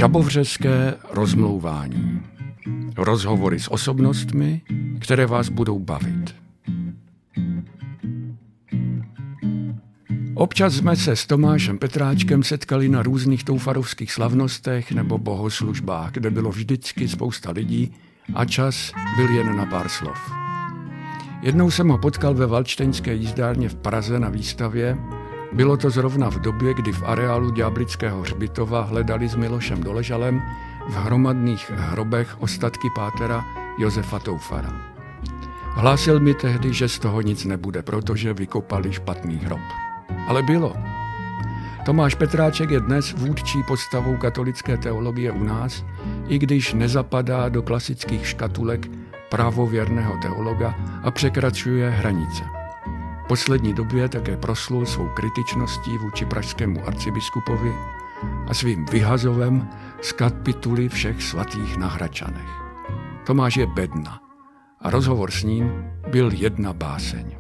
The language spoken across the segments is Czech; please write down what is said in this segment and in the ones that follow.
Žabovřeské rozmlouvání. Rozhovory s osobnostmi, které vás budou bavit. Občas jsme se s Tomášem Petráčkem setkali na různých toufarovských slavnostech nebo bohoslužbách, kde bylo vždycky spousta lidí a čas byl jen na pár slov. Jednou jsem ho potkal ve Valdštejnské jízdárně v Praze na výstavě. Bylo to zrovna v době, kdy v areálu Ďáblického hřbitova hledali s Milošem Doležalem v hromadných hrobech ostatky pátera Josefa Toufara. Hlásil mi tehdy, že z toho nic nebude, protože vykopali špatný hrob. Ale bylo. Tomáš Petráček je dnes vůdčí postavou katolické teologie u nás, i když nezapadá do klasických škatulek pravověrného teologa a překračuje hranice. V poslední době také proslul svou kritičností vůči pražskému arcibiskupovi a svým vyhazovem z kapituly všech svatých na Hradčanech. Tomáš je bedna a rozhovor s ním byl jedna báseň.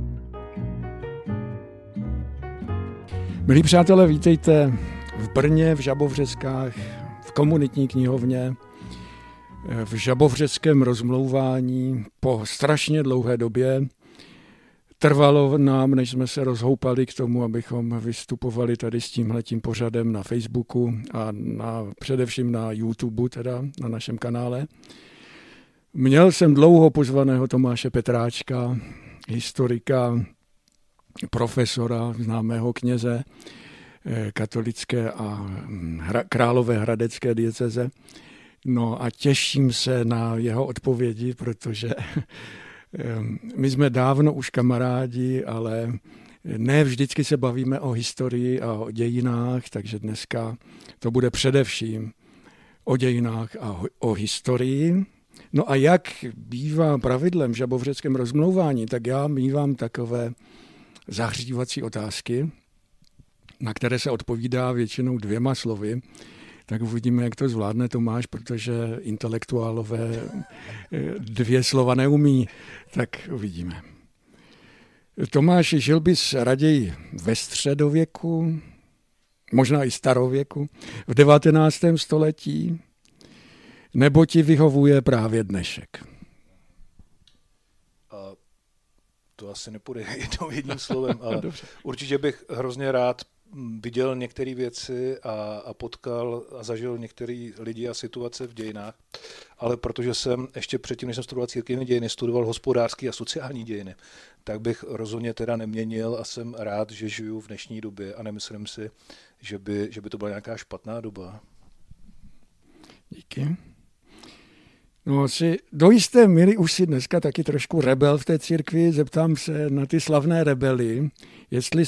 Milí přátelé, vítejte v Brně, v Žabovřeskách, v komunitní knihovně, v žabovřeském rozmlouvání. Po strašně dlouhé době trvalo nám, než jsme se rozhoupali k tomu, abychom vystupovali tady s tímhletím pořadem na Facebooku a především na YouTube, teda na našem kanále. Měl jsem dlouho pozvaného Tomáše Petráčka, historika, profesora, známého kněze katolické a královéhradecké dieceze. No a těším se na jeho odpovědi, protože my jsme dávno už kamarádi, ale ne vždycky se bavíme o historii a o dějinách, takže dneska to bude především o dějinách a o historii. No a jak bývá pravidlem v žabovřeckém rozmlouvání, tak já mívám takové zahřívací otázky, na které se odpovídá většinou 2 slovy. Tak uvidíme, jak to zvládne Tomáš, protože intelektuálové 2 slova neumí. Tak uvidíme. Tomáš, žil bys raději ve středověku, možná i starověku, v 19. století, nebo ti vyhovuje právě dnešek? To asi nepůjde jedním slovem, ale určitě bych hrozně rád viděl některé věci a potkal a zažil některé lidi a situace v dějinách, ale protože jsem ještě předtím, než jsem studoval církevní dějiny, studoval hospodářské a sociální dějiny, tak bych rozhodně teda neměnil a jsem rád, že žiju v dnešní době a nemyslím si, že by to byla nějaká špatná doba. Díky. No, do jisté míry už si dneska taky trošku rebel v té církvi. Zeptám se na ty slavné rebely, jestli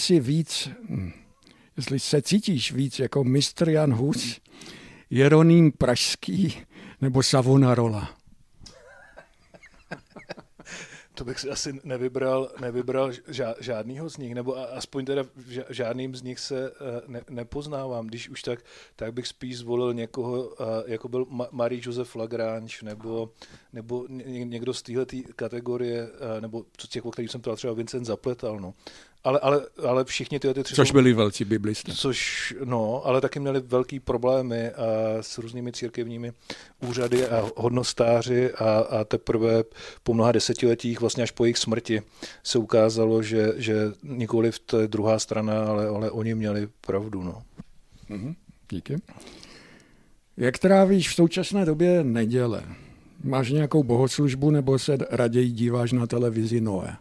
se cítíš víc jako mistr Jan Hus, Jeroným Pražský nebo Savonarola. To bych si asi nevybral žádnýho z nich, nebo aspoň teda žádným z nich se nepoznávám. Když už tak bych spíš zvolil někoho, jako byl Marie-Joseph Lagrange, nebo někdo z téhletý kategorie, nebo z těch, o kterých jsem třeba Vincent Zapletal, no. Ale všichni tyhle tři... Což byli velcí biblisté. Ale taky měli velký problémy s různými církevními úřady a hodnostáři a teprve po mnoha desetiletích, vlastně až po jejich smrti, se ukázalo, že nikoliv to je druhá strana, ale oni měli pravdu. No. Díky. Jak trávíš v současné době neděle? Máš nějakou bohoslužbu nebo se raději díváš na televizi Noé?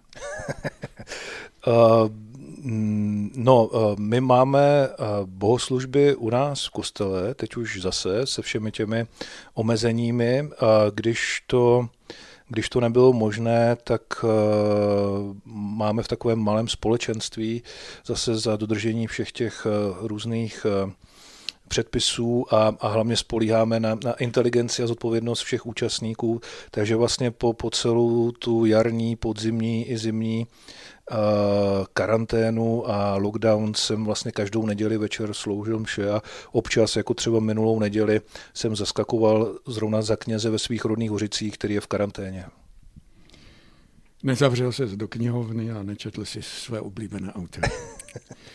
My máme bohoslužby u nás v kostele, teď už zase se všemi těmi omezeními. Když to nebylo možné, tak máme v takovém malém společenství zase za dodržení všech těch různých předpisů a hlavně spolíháme na inteligenci a zodpovědnost všech účastníků, takže vlastně po celou tu jarní, podzimní i zimní karanténu a lockdown jsem vlastně každou neděli večer sloužil mše a občas, jako třeba minulou neděli, jsem zaskakoval zrovna za kněze ve svých rodných Hořicích, který je v karanténě. Nezavřel ses do knihovny a nečetl si své oblíbené auto.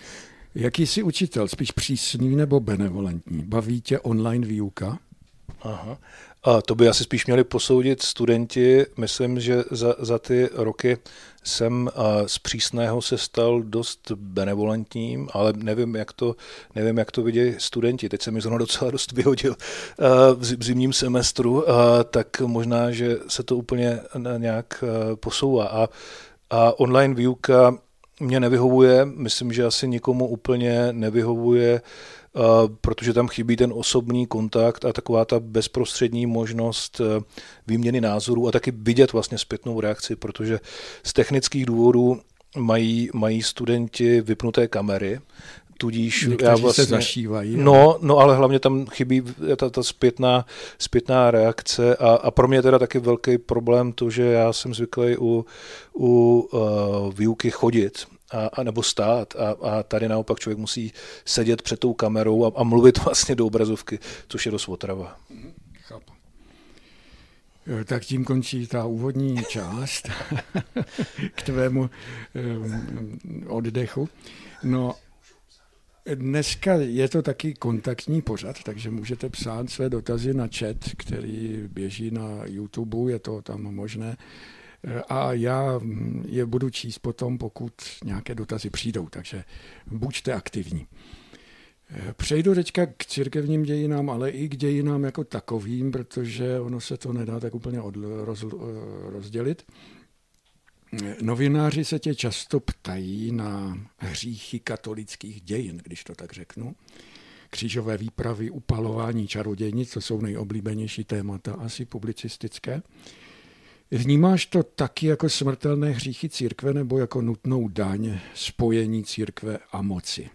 Jaký jsi učitel? Spíš přísný nebo benevolentní? Baví tě online výuka? Aha. A to by asi spíš měli posoudit studenti. Myslím, že za ty roky jsem z přísného se stal dost benevolentním, ale nevím, jak to vidějí studenti. Teď se mi zrovna docela dost vyhodil v zimním semestru, tak možná, že se to úplně nějak posouvá. A online výuka mě nevyhovuje, myslím, že asi nikomu úplně nevyhovuje, protože tam chybí ten osobní kontakt a taková ta bezprostřední možnost výměny názorů a taky vidět vlastně zpětnou reakci, protože z technických důvodů mají studenti vypnuté kamery, tudíž já vlastně se zašívají. No, ale hlavně tam chybí ta zpětná reakce a pro mě je teda taky velký problém to, že já jsem zvyklý u výuky chodit a nebo stát a tady naopak člověk musí sedět před tou kamerou a mluvit vlastně do obrazovky, což je dost otrava. Chápu. Tak tím končí ta úvodní část k tvému oddechu. No, dneska je to taky kontaktní pořad, takže můžete psát své dotazy na chat, který běží na YouTube, je to tam možné. A já je budu číst potom, pokud nějaké dotazy přijdou, takže buďte aktivní. Přejdu teďka k církevním dějinám, ale i k dějinám jako takovým, protože ono se to nedá tak úplně rozdělit. Novináři se tě často ptají na hříchy katolických dějin, když to tak řeknu. Křížové výpravy, upalování čarodějnic, to jsou nejoblíbenější témata, asi publicistické. Vnímáš to taky jako smrtelné hříchy církve nebo jako nutnou daň spojení církve a moci?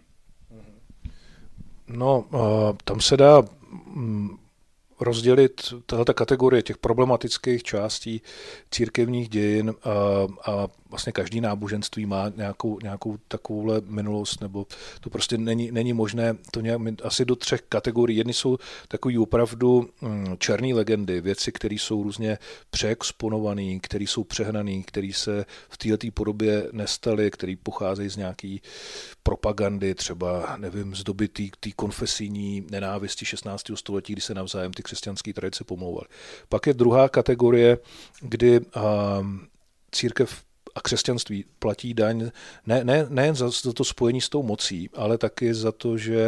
No, tam se dá rozdělit tato kategorie těch problematických částí církevních dějin a vlastně každý náboženství má nějakou takovouhle minulost, nebo to prostě není možné to nějak, asi do 3 kategorií. Jedny jsou takový opravdu černé legendy, věci, které jsou různě přeexponované, které jsou přehnané, které se v této podobě nestaly, které pocházejí z nějaký propagandy, třeba, nevím, z doby té konfesijní nenávisti 16. století, kdy se navzájem ty křesťanské tradice pomlouvaly. Pak je druhá kategorie, kdy církev a křesťanství platí daň nejen za to spojení s tou mocí, ale taky za to, že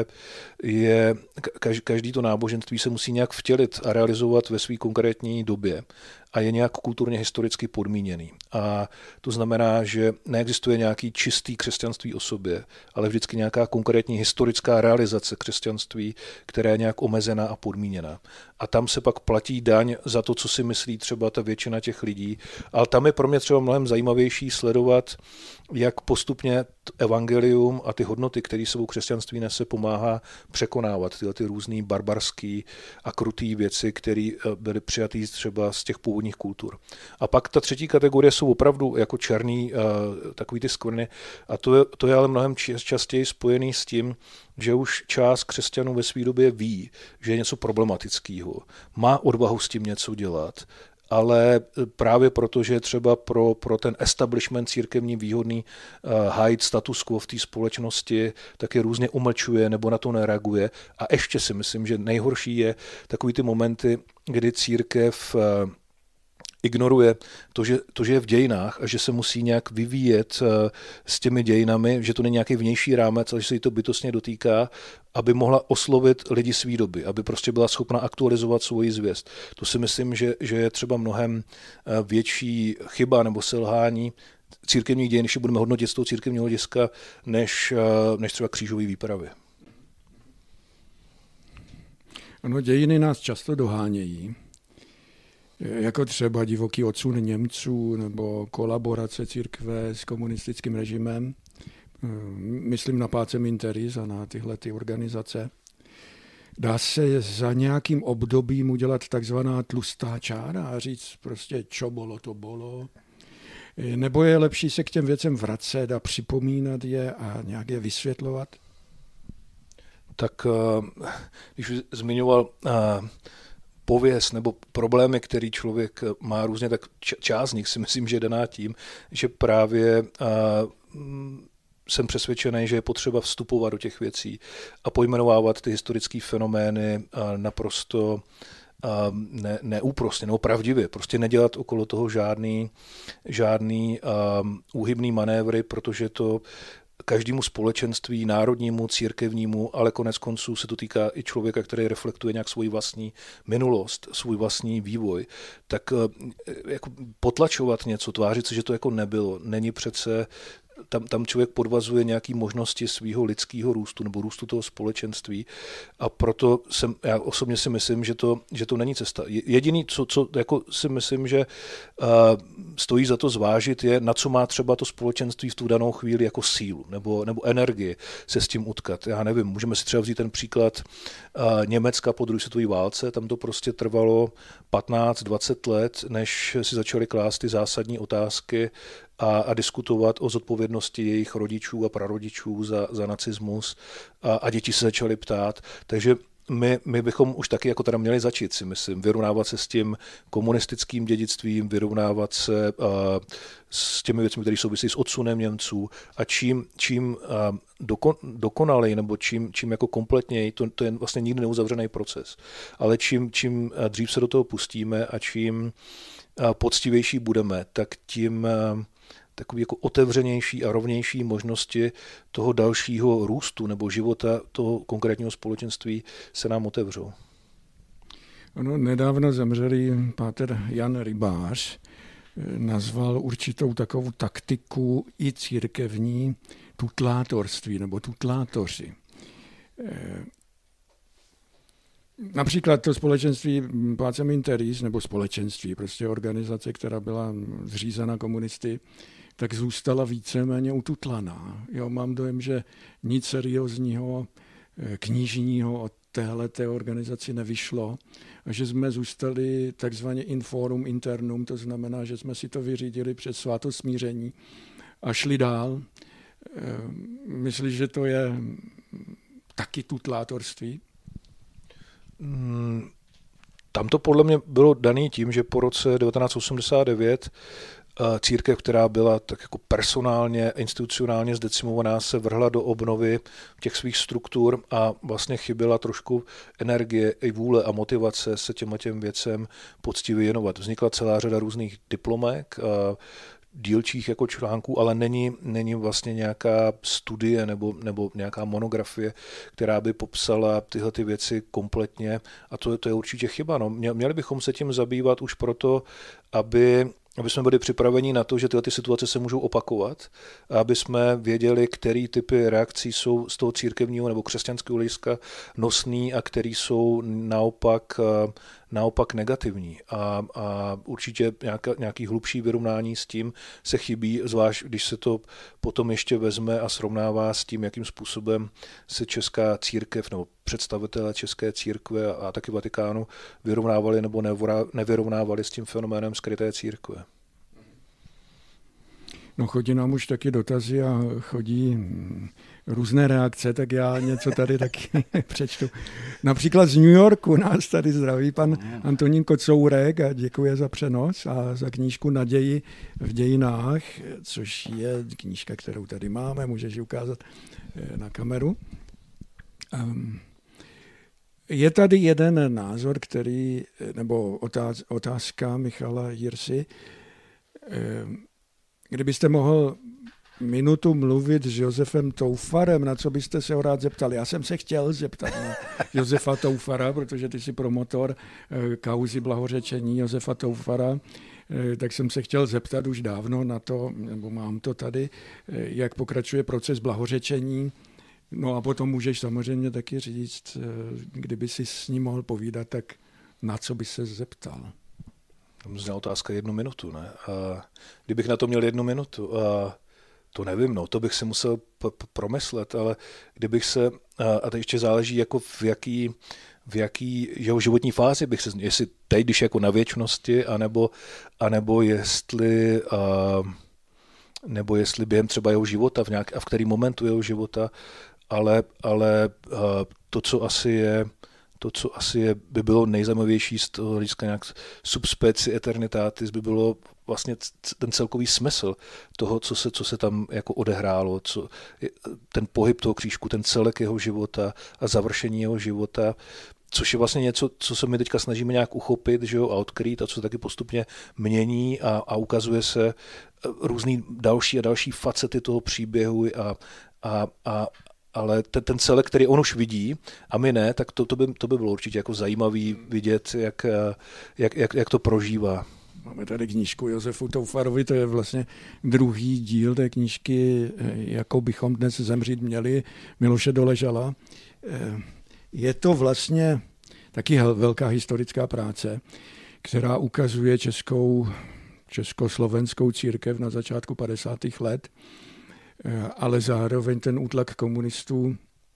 každý to náboženství se musí nějak vtělit a realizovat ve své konkrétní době a je nějak kulturně historicky podmíněný. A to znamená, že neexistuje nějaký čistý křesťanství o sobě, ale vždycky nějaká konkrétní historická realizace křesťanství, která je nějak omezená a podmíněná. A tam se pak platí daň za to, co si myslí třeba ta většina těch lidí. Ale tam je pro mě třeba mnohem zajímavější sledovat, jak postupně evangelium a ty hodnoty, které sebou křesťanství nese, pomáhá překonávat tyhle ty různý barbarský a krutý věci, které byly přijaté třeba z těch původních kultur. A pak ta třetí kategorie jsou opravdu jako černý, takový ty skvrny. A to je ale mnohem častěji spojený s tím, že už část křesťanů ve své době ví, že je něco problematického, má odvahu s tím něco dělat, ale právě proto, že třeba pro ten establishment církevní výhodný hájit status quo v té společnosti, tak je různě umlčuje nebo na to nereaguje. A ještě si myslím, že nejhorší je takový ty momenty, kdy církev ignoruje to, že je v dějinách a že se musí nějak vyvíjet s těmi dějinami, že to není nějaký vnější rámec, ale že se jí to bytostně dotýká, aby mohla oslovit lidi své doby, aby prostě byla schopna aktualizovat svoji zvěst. To si myslím, že je třeba mnohem větší chyba nebo selhání církevních dějin, když budeme hodnotit z toho církevního hlediska, než třeba křížové výpravy. Ano, dějiny nás často dohánějí. Jako třeba divoký odsun Němců nebo kolaborace církve s komunistickým režimem. Myslím na Pacem in Terris a na tyhle ty organizace. Dá se za nějakým obdobím udělat takzvaná tlustá čára a říct prostě čo bolo, to bolo. Nebo je lepší se k těm věcem vracet a připomínat je a nějak je vysvětlovat? Tak když zmiňoval pověst nebo problémy, který člověk má různě, tak část z nich si myslím, že je daná tím, že právě jsem přesvědčený, že je potřeba vstupovat do těch věcí a pojmenovávat ty historické fenomény naprosto neúprosně, pravdivě. Prostě nedělat okolo toho žádný úhybný manévry, protože to každému společenství, národnímu, církevnímu, ale konec konců se to týká i člověka, který reflektuje nějak svoji vlastní minulost, svůj vlastní vývoj, tak jako potlačovat něco, tvářit se, že to jako nebylo, není přece. Tam člověk podvazuje nějaké možnosti svého lidského růstu nebo růstu toho společenství a proto já osobně si myslím, že to není cesta. Jediný, co jako si myslím, že stojí za to zvážit, je, na co má třeba to společenství v tu danou chvíli jako sílu nebo energii se s tím utkat. Já nevím, můžeme si třeba vzít ten příklad Německa po druhé světové válce, tam to prostě trvalo 15-20 let, než si začali klást ty zásadní otázky a diskutovat o zodpovědnosti jejich rodičů a prarodičů za nacismus a děti se začaly ptát. Takže my bychom už taky jako teda měli začít, si myslím, vyrovnávat se s tím komunistickým dědictvím, vyrovnávat se s těmi věcmi, které souvisí s odsunem Němců a čím dokonalej nebo čím jako kompletněji, to je vlastně nikdy neuzavřený proces, ale čím dřív se do toho pustíme a čím poctivější budeme, tak tím takový jako otevřenější a rovnější možnosti toho dalšího růstu nebo života toho konkrétního společenství se nám otevřou. Ono nedávno zemřelý páter Jan Rybář nazval určitou takovou taktiku i církevní tutlátorství nebo tutlátoři. Například to společenství Pacem Interis, nebo společenství, prostě organizace, která byla zřízena komunisty, tak zůstala víceméně ututlaná. Jo, mám dojem, že nic seriózního, knižního od téhleté organizaci nevyšlo a že jsme zůstali takzvaně in forum internum, to znamená, že jsme si to vyřídili přes svátost smíření a šli dál. Myslíš, že to je taky tutlátorství? Tam to podle mě bylo daný tím, že po roce 1989 církev, která byla tak jako personálně, institucionálně zdecimovaná, se vrhla do obnovy těch svých struktur a vlastně chyběla trošku energie i vůle a motivace se těm věcem poctivě věnovat. Vznikla celá řada různých diplomek, dílčích jako článků, ale není vlastně nějaká studie nebo nějaká monografie, která by popsala tyhle ty věci kompletně a to je určitě chyba. No. Měli bychom se tím zabývat už proto, aby jsme byli připraveni na to, že tyhle ty situace se můžou opakovat a aby jsme věděli, který typy reakcí jsou z toho církevního nebo křesťanského hlediska nosný a který jsou naopak negativní. A určitě nějaký hlubší vyrovnání s tím se chybí, zvlášť když se to potom ještě vezme a srovnává s tím, jakým způsobem se česká církev nebo představitelé české církve a taky Vatikánu vyrovnávali nebo nevyrovnávali s tím fenoménem skryté církve. No chodí nám už taky dotazy a chodí různé reakce, tak já něco tady taky přečtu. Například z New Yorku nás tady zdraví pan Antonín Kocourek a děkuje za přenos a za knížku Naději v dějinách, což je knížka, kterou tady máme, můžeš ji ukázat na kameru. Je tady jeden názor, nebo otázka Michala Jirsy. Kdybyste mohl minutu mluvit s Josefem Toufarem, na co byste se ho rád zeptal? Já jsem se chtěl zeptat na Josefa Toufara, protože ty jsi promotor kauzy blahořečení Josefa Toufara, tak jsem se chtěl zeptat už dávno na to, nebo mám to tady, jak pokračuje proces blahořečení. No a potom můžeš samozřejmě taky říct, kdyby si s ním mohl povídat, tak na co by se zeptal? Zná otázka 1 minutu, ne? Kdybych na to měl 1 minutu, to nevím, no, to bych si musel promyslet, ale kdybych se, a to ještě záleží, jako v jaký jeho životní fázi bych se, jestli teď, když jako na věčnosti, anebo jestli během třeba jeho života, a v který momentu jeho života, ale to, co asi je, by bylo nejzajímavější z toho hlediska nějak subspecie eternitatis, by bylo vlastně ten celkový smysl toho, co se tam jako odehrálo, ten pohyb toho křížku, ten celek jeho života a završení jeho života, což je vlastně něco, co se my teďka snažíme nějak uchopit, že jo, a odkrýt a co se taky postupně mění a ukazuje se různý další a další facety toho příběhu ale ten celek, který on už vidí a my ne, tak to by bylo určitě jako zajímavý vidět, jak to prožívá. Máme tady knížku Josefu Toufarovi, to je vlastně druhý díl té knížky, jakou bychom dnes zemřít měli, Miloše Doležala. Je to vlastně taky velká historická práce, která ukazuje československou církev na začátku 50. let, ale zároveň ten útlak komunistů.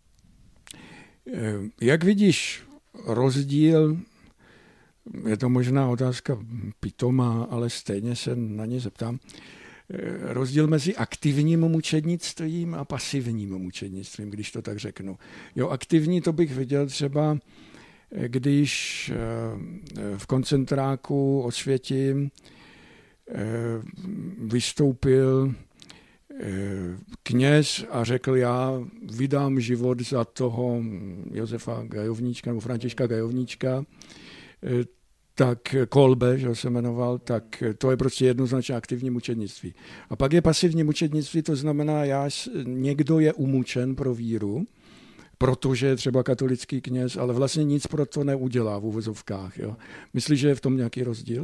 Jak vidíš rozdíl, je to možná otázka pitomá, ale stejně se na ně zeptám, rozdíl mezi aktivním mučednictvím a pasivním mučednictvím, když to tak řeknu. Jo, aktivní to bych viděl třeba, když v koncentráku Osvětim vystoupil kněz a řekl, já vydám život za toho Josefa Gajovníčka nebo Františka Gajovníčka, tak Kolbe, že se jmenoval, tak to je prostě jednoznačně aktivní mučednictví. A pak je pasivní mučednictví, to znamená, někdo je umučen pro víru, protože je třeba katolický kněz, ale vlastně nic pro to neudělá v uvozovkách. Jo. Myslíš, že je v tom nějaký rozdíl?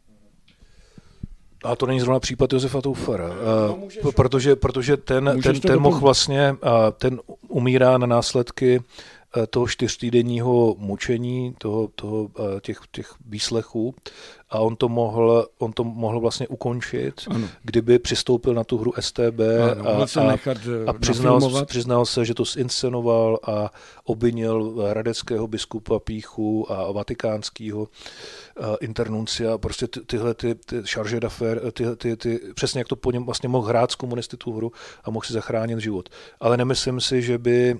A to není zrovna případ Josefa Toufara, protože ten mohl vlastně, ten umírá na následky toho 4týdenního mučení, těch výslechů a on to mohl vlastně ukončit, ano. Kdyby přistoupil na tu hru STB a přiznal se, že to zinscenoval a obvinil hradeckého biskupa Píchu a vatikánského internuncia, prostě tyhle charge d'affaires, přesně jak to po něm vlastně mohl hrát z komunisty tu hru a mohl si zachránit život. Ale nemyslím si, že by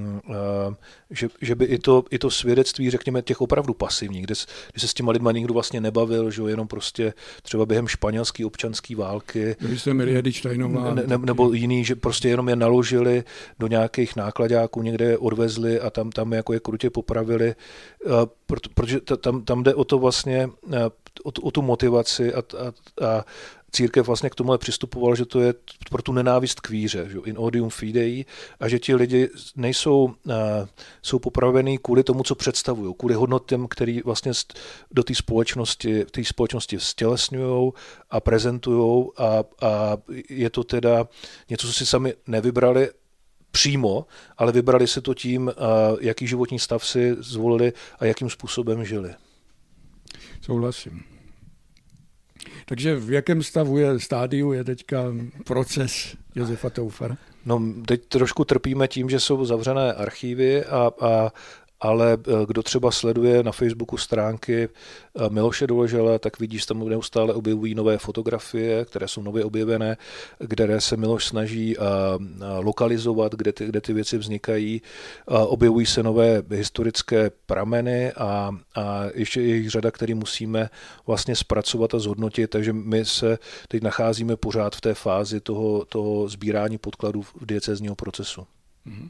i to svědectví, řekněme, těch opravdu pasivních, kdy se s těma lidma nikdo vlastně nebavil, že jenom prostě třeba během španělské občanské války nebo jiný, že prostě jenom je naložili do nějakých nákladáků, někde je odvezli a tam jako je krutě popravili, protože tam jde o to vlastně, o tu motivaci a církev vlastně k tomuhle přistupovala, že to je pro tu nenávist k víře, že in odium fidei, a že ti lidi jsou popravení kvůli tomu, co představují, kvůli hodnotám, který vlastně do té společnosti stělesňují a prezentují a je to teda něco, co si sami nevybrali přímo, ale vybrali si to tím, jaký životní stav si zvolili a jakým způsobem žili. Souhlasím. Takže v jakém stádiu je teďka proces Josefa Toufara? No, teď trošku trpíme tím, že jsou zavřené archívy, ale kdo třeba sleduje na Facebooku stránky Miloše Doležala, tak vidí, že tam neustále objevují nové fotografie, které jsou nově objevené, které se Miloš snaží lokalizovat, kde ty věci vznikají. Objevují se nové historické prameny a ještě je jich řada, které musíme vlastně zpracovat a zhodnotit, takže my se teď nacházíme pořád v té fázi toho sbírání podkladů v diecézního procesu. Mm-hmm.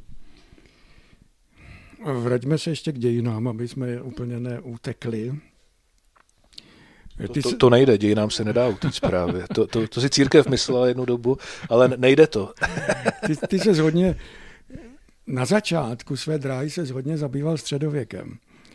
Vraťme se ještě k dějinám, aby jsme úplně neutekli. To nejde, dějinám se nedá utíct právě. To si církev myslela jednu dobu, ale nejde to. Ty se hodně, na začátku své dráhy se hodně zabýval středověkem.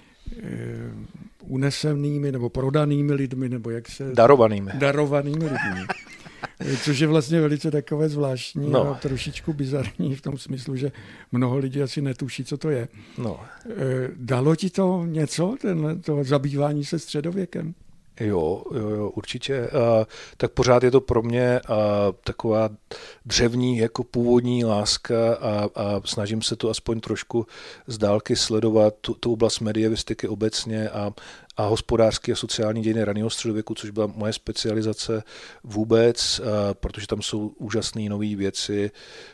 Unesenými nebo prodanými lidmi, nebo jak se... Darovanými lidmi. Což je vlastně velice takové zvláštní a trošičku bizarní v tom smyslu, že mnoho lidí asi netuší, co to je. No. Dalo ti to něco, to zabývání se středověkem? Jo, určitě. Tak pořád je to pro mě taková dřevní, jako původní láska a snažím se to aspoň trošku z dálky sledovat, tu oblast medievistiky obecně a hospodářské a sociální dějiny raného středověku, což byla moje specializace vůbec, protože tam jsou úžasné nové věci,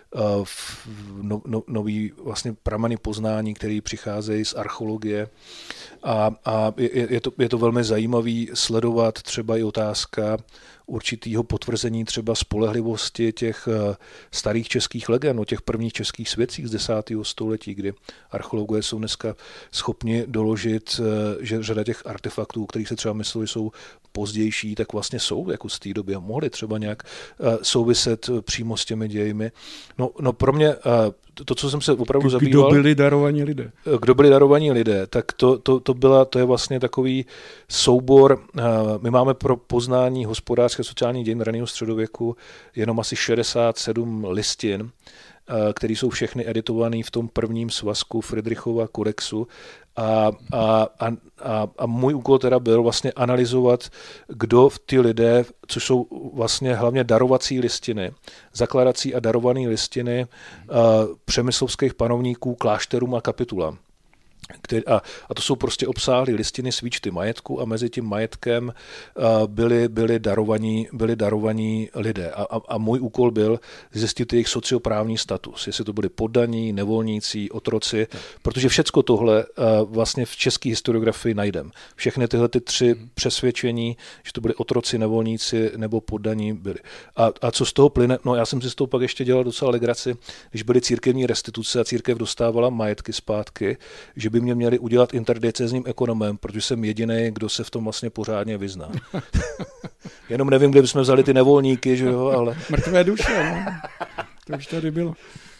nový vlastně prameny poznání, které přicházejí z archeologie a je to velmi zajímavý sledovat třeba i otázka určitýho potvrzení třeba spolehlivosti těch starých českých legend, o těch prvních českých svědcích z 10. století, kdy archeologové jsou dneska schopni doložit, že řada těch artefaktů, kterých se třeba mysleli, jsou pozdější, tak vlastně jsou jako z té doby a mohli třeba nějak souviset přímo s těmi dějmi. No pro mě to, co jsem se opravdu zabýval... Kdo byli darovaní lidé? Kdo byli darovaní lidé, tak to je vlastně takový soubor. My máme pro poznání hospodářské sociální dějin raného středověku jenom asi 67 listin, které jsou všechny editované v tom prvním svazku Friedrichova kodexu. A můj úkol teda byl vlastně analyzovat, kdo ty lidé, což jsou vlastně hlavně darovací listiny, zakladací a darované listiny přemyslovských panovníků, klášterům a kapitulám. A to jsou prostě obsáhlé listiny s výčty majetku a mezi tím majetkem byli darovaní lidé. A můj úkol byl zjistit jejich socioprávní status, jestli to byli poddaní, nevolníci, otroci, protože všecko tohle vlastně v české historiografii najdeme. Všechny tyhle ty tři přesvědčení, že to byli otroci, nevolníci nebo poddaní byli. A co z toho plyne? No já jsem si z toho pak ještě dělal docela legraci, když byly církevní restituce a církev dostávala majetky zpátky, že by mě měli udělat interdiecézním ekonomem, protože jsem jediný, kdo se v tom vlastně pořádně vyzná. Jenom nevím, kde bychom vzali ty nevolníky, že jo, ale... Mrtvé duše, no. To už tady bylo.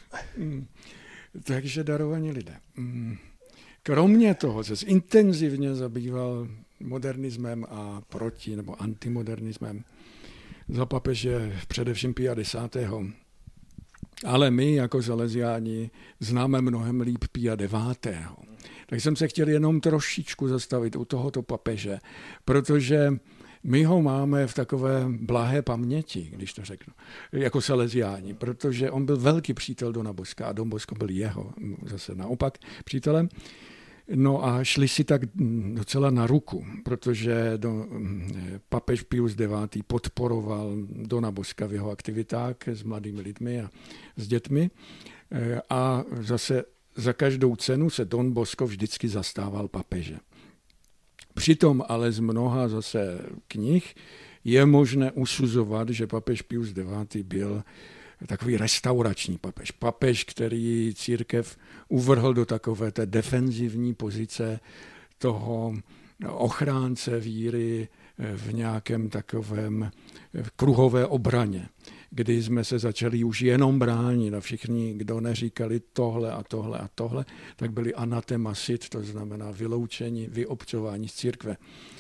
Takže darovaní lidé. Kromě toho se intenzivně zabýval modernismem a nebo antimodernismem za papeže především Pia X. Ale my jako Salesiáni známe mnohem líp Pia IX. Tak jsem se chtěl jenom trošičku zastavit u tohoto papeže, protože my ho máme v takové blahé paměti, když to řeknu, jako Salesiáni, protože on byl velký přítel Dona Boska a Don Bosco byl jeho, zase naopak, přítelem. No a šli si tak docela na ruku, protože papež Pius IX. Podporoval Dona Boska v jeho aktivitách s mladými lidmi a s dětmi a zase za každou cenu se Don Bosco vždycky zastával papeže. Přitom ale z mnoha zase knih je možné usuzovat, že papež Pius IX. Byl takový restaurační papež. Papež, který církev uvrhl do takové té defenzivní pozice toho ochránce víry v nějakém takovém kruhové obraně, kdy jsme se začali už jenom bránit a všichni, kdo neříkali tohle a tohle a tohle, tak byli anatemasit, to znamená vyloučení, vyobcování z církve.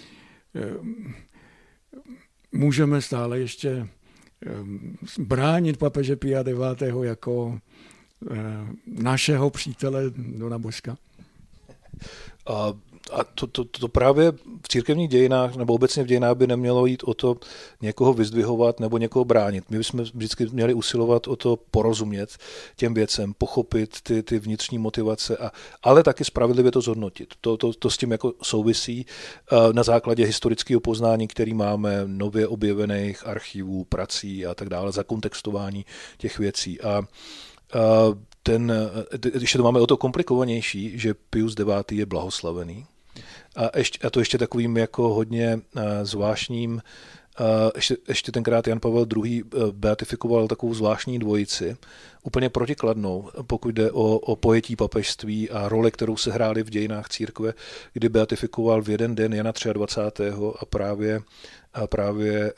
Můžeme stále ještě bránit papeže Pia IX. Jako našeho přítele Dona Boska? A to právě v církevních dějinách nebo obecně v dějinách by nemělo jít o to někoho vyzdvihovat nebo někoho bránit. My bychom vždycky měli usilovat o to porozumět těm věcem, pochopit ty vnitřní motivace, ale taky spravedlivě to zhodnotit. To s tím jako souvisí na základě historického poznání, který máme, nově objevených archivů, prací a tak dále, zakontextování těch věcí. Ještě to máme o to komplikovanější, že Pius IX. Je blahoslavený. A to ještě takovým jako hodně zvláštním, ještě tenkrát Jan Pavel II. Beatifikoval takovou zvláštní dvojici, úplně protikladnou, pokud jde o pojetí papežství a roli, kterou se hráli v dějinách církve, kdy beatifikoval v jeden den Jana 23. a právě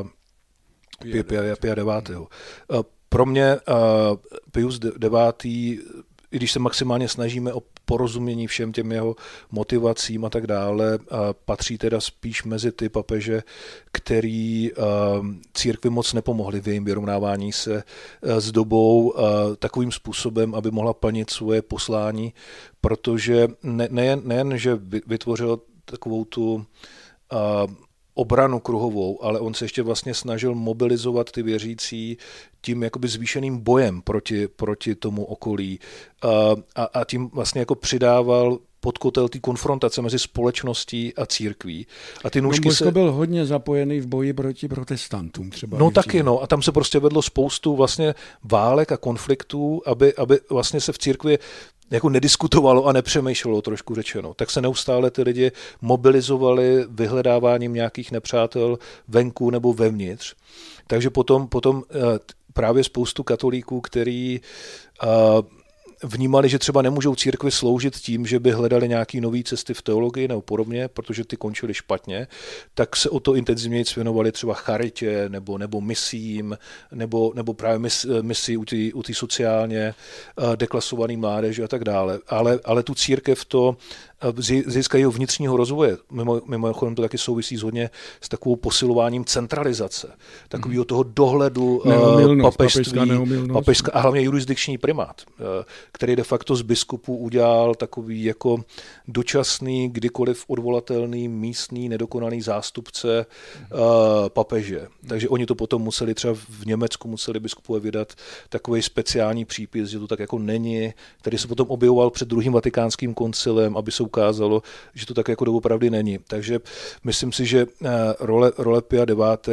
Pia IX. Pro mě Pius IX., i když se maximálně snažíme o porozumění všem těm jeho motivacím a tak dále, patří teda spíš mezi ty papeže, který církvi moc nepomohli v jejím vyrovnávání se s dobou takovým způsobem, aby mohla plnit svoje poslání, protože nejen, že vytvořil takovou tu obranu kruhovou, ale on se ještě vlastně snažil mobilizovat ty věřící tím jakoby zvýšeným bojem proti tomu okolí a tím vlastně jako přidával podkotel té konfrontace mezi společností a církví. A ty nůžky Božko byl hodně zapojený v boji proti protestantům třeba. No taky, no. A tam se prostě vedlo spoustu vlastně válek a konfliktů, aby vlastně se v církvi jako nediskutovalo a nepřemýšlelo, trošku řečeno. Tak se neustále ty lidi mobilizovali vyhledáváním nějakých nepřátel venku nebo vevnitř. Takže potom právě spoustu katolíků, který vnímali, že třeba nemůžou církvi sloužit tím, že by hledali nějaké nové cesty v teologii nebo podobně, protože ty končily špatně, tak se o to intenzivněji věnovali třeba charitě nebo misím, nebo právě misi u té sociálně deklasované mládeže a tak dále. Ale tu církev to získají vnitřního rozvoje. Mimochodem to taky souvisí hodně s takovou posilováním centralizace, takového toho dohledu papežství a hlavně jurisdikční primát, který de facto z biskupů udělal takový jako dočasný, kdykoliv odvolatelný, místní, nedokonalý zástupce papeže. Takže oni to potom museli třeba v Německu biskupové vydat takový speciální přípis, že to tak jako není, který se potom objevoval před druhým vatikánským koncilem, aby se ukázalo, že to tak jako doopravdy není. Takže myslím si, že role Pia IX.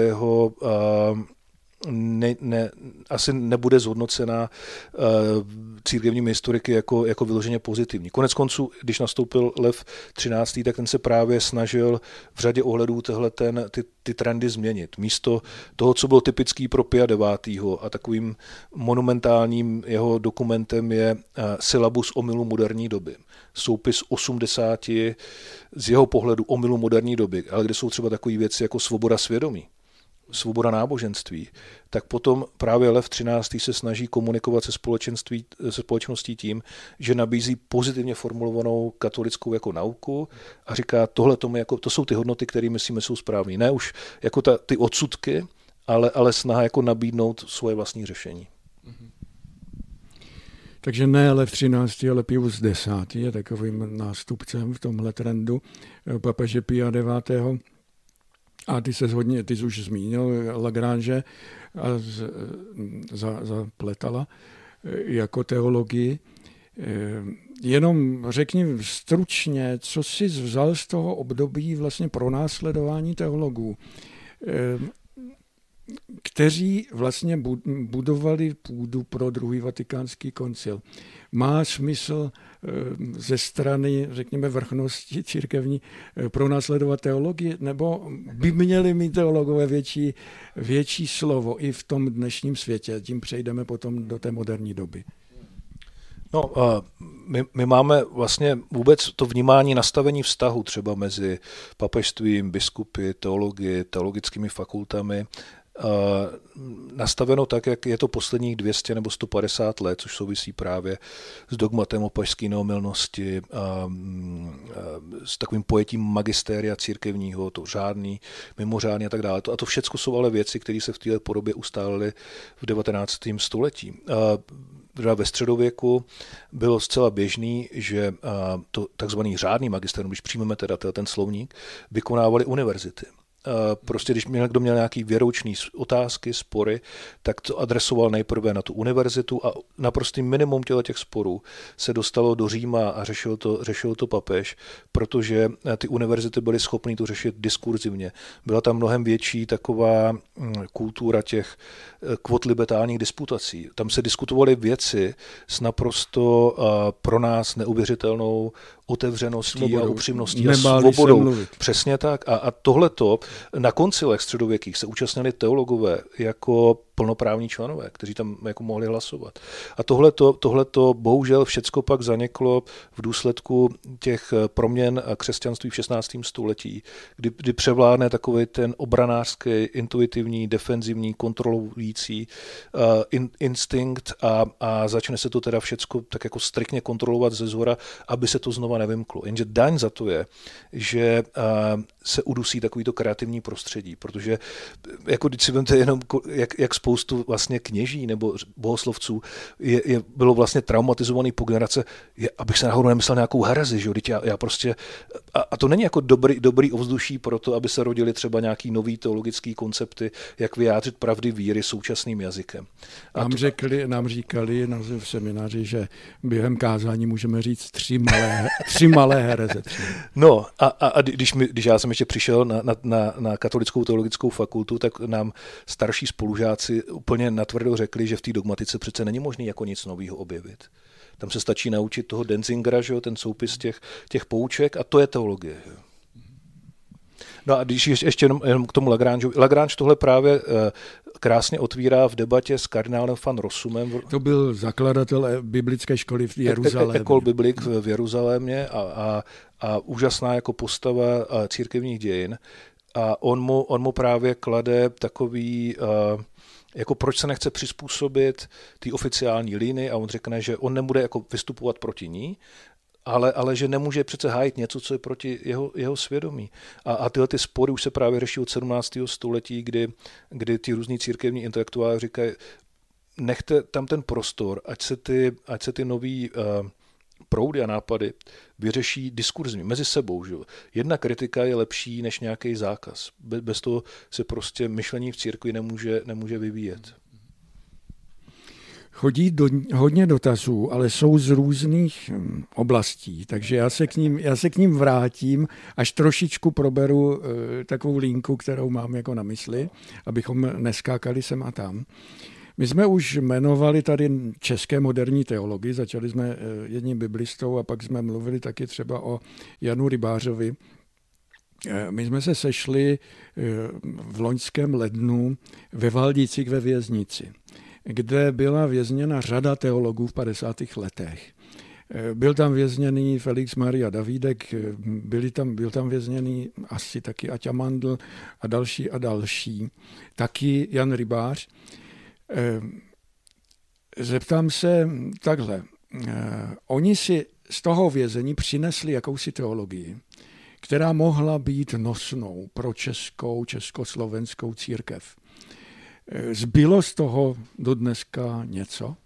Asi nebude zhodnocena církevními historiky jako vyloženě pozitivní. Konec konců, když nastoupil Lev XIII., tak ten se právě snažil v řadě ohledů ty trendy změnit. Místo toho, co bylo typický pro Pia IX. A takovým monumentálním jeho dokumentem je Syllabus omylu moderní doby. Soupis 80 z jeho pohledu omylu moderní doby, ale kde jsou třeba takové věci jako svoboda svědomí, svoboda náboženství, tak potom právě Lev XIII. Se snaží komunikovat se společností tím, že nabízí pozitivně formulovanou katolickou jako nauku a říká, to jsou ty hodnoty, které myslíme jsou správné. Ne už jako ty odsudky, ale snaha jako nabídnout svoje vlastní řešení. Takže ne Lev XIII., ale Pius X. je takovým nástupcem v tomhle trendu papeže Pia IX. A ty jsi už zmínil Lagrange a zapletala jako teologii. Jenom řekni stručně, co jsi vzal z toho období vlastně pronásledování teologů, kteří vlastně budovali půdu pro druhý vatikánský koncil. Má smysl ze strany, řekněme, vrchnosti církevní pronásledovat teologii, nebo by měli mít teologové větší slovo i v tom dnešním světě? Tím přejdeme potom do té moderní doby. No, my máme vlastně vůbec to vnímání nastavení vztahu třeba mezi papežstvím, biskupy, teologickými fakultami, nastaveno tak, jak je to posledních 200 nebo 150 let, což souvisí právě s dogmatem o papežské neomylnosti, s takovým pojetím magistéria církevního, to řádný, mimořádný a tak dále. A to všechno jsou ale věci, které se v této podobě ustálily v 19. století. Ve středověku bylo zcela běžný, že to takzvaný řádný magister, když přijmeme teda ten slovník, vykonávali univerzity. Prostě když někdo měl nějaký věroučný otázky, spory, tak to adresoval nejprve na tu univerzitu a naprostý minimum těch sporů se dostalo do Říma a řešil to papež, protože ty univerzity byly schopny to řešit diskurzivně. Byla tam mnohem větší taková kultura těch kvotlibetálních disputací. Tam se diskutovaly věci s naprosto pro nás neuvěřitelnou otevřeností a upřímností a svobodou. Přesně tak. A tohleto na koncilech středověkých se účastnili teologové jako plnoprávní členové, kteří tam jako mohli hlasovat. A tohleto bohužel všecko pak zaniklo v důsledku těch proměn křesťanství v 16. století, kdy převládne takový ten obranářský, intuitivní, defenzivní, kontrolující instinkt a začne se to teda všecko tak jako striktně kontrolovat ze zhora, aby se to znova nevymklo. Jenže daň za to je, že se udusí takovýto kreativní prostředí, protože jako když si vemte jenom, jak spoustu vlastně kněží nebo bohoslovců bylo vlastně traumatizovaný po generace, abych se náhodou nemyslel nějakou herezi, že jo, já prostě, a to není jako dobrý ovzduší pro to, aby se rodili třeba nějaký nový teologický koncepty, jak vyjádřit pravdy víry současným jazykem. Nám říkali v semináři, že během kázání můžeme říct tři malé hereze. No a když já jsem ještě přišel na katolickou teologickou fakultu, tak nám starší spolužáci úplně natvrdo řekli, že v té dogmatice přece není možné jako nic nového objevit. Tam se stačí naučit toho Denzingera, že jo, ten soupis těch pouček a to je teologie. Jo. No a když ještě jenom k tomu Lagrange tohle právě krásně otvírá v debatě s kardinálem van Rossumem. To byl zakladatel biblické školy v Jeruzalémě. École biblique v Jeruzalémě a úžasná jako postava církevních dějin. A on mu právě klade takový, jako proč se nechce přizpůsobit té oficiální linii a on řekne, že on nebude jako vystupovat proti ní, ale že nemůže přece hájit něco, co je proti jeho svědomí. A tyhle ty spory už se právě řeší od 17. století, kdy ty různí církevní intelektuáli říkají, nechte tam ten prostor, ať se ty nový proudy a nápady vyřeší diskurzmi mezi sebou. Že? Jedna kritika je lepší než nějaký zákaz. Bez toho se prostě myšlení v církvi nemůže vyvíjet. Chodí hodně dotazů, ale jsou z různých oblastí, takže já se k ním vrátím, až trošičku proberu takovou linku, kterou mám jako na mysli, abychom neskákali sem a tam. My jsme už jmenovali tady české moderní teologii, začali jsme jedním biblistou a pak jsme mluvili taky třeba o Janu Rybářovi. My jsme se sešli v loňském lednu ve Valdicích ve věznici, kde byla vězněna řada teologů v 50. letech. Byl tam vězněný Felix Maria Davídek, byl tam vězněný asi taky Aťa Mandl a další. Taky Jan Rybář. Zeptám se takhle. Oni si z toho vězení přinesli jakousi teologii, která mohla být nosnou pro československou církev. Zbylo z toho do dneska něco?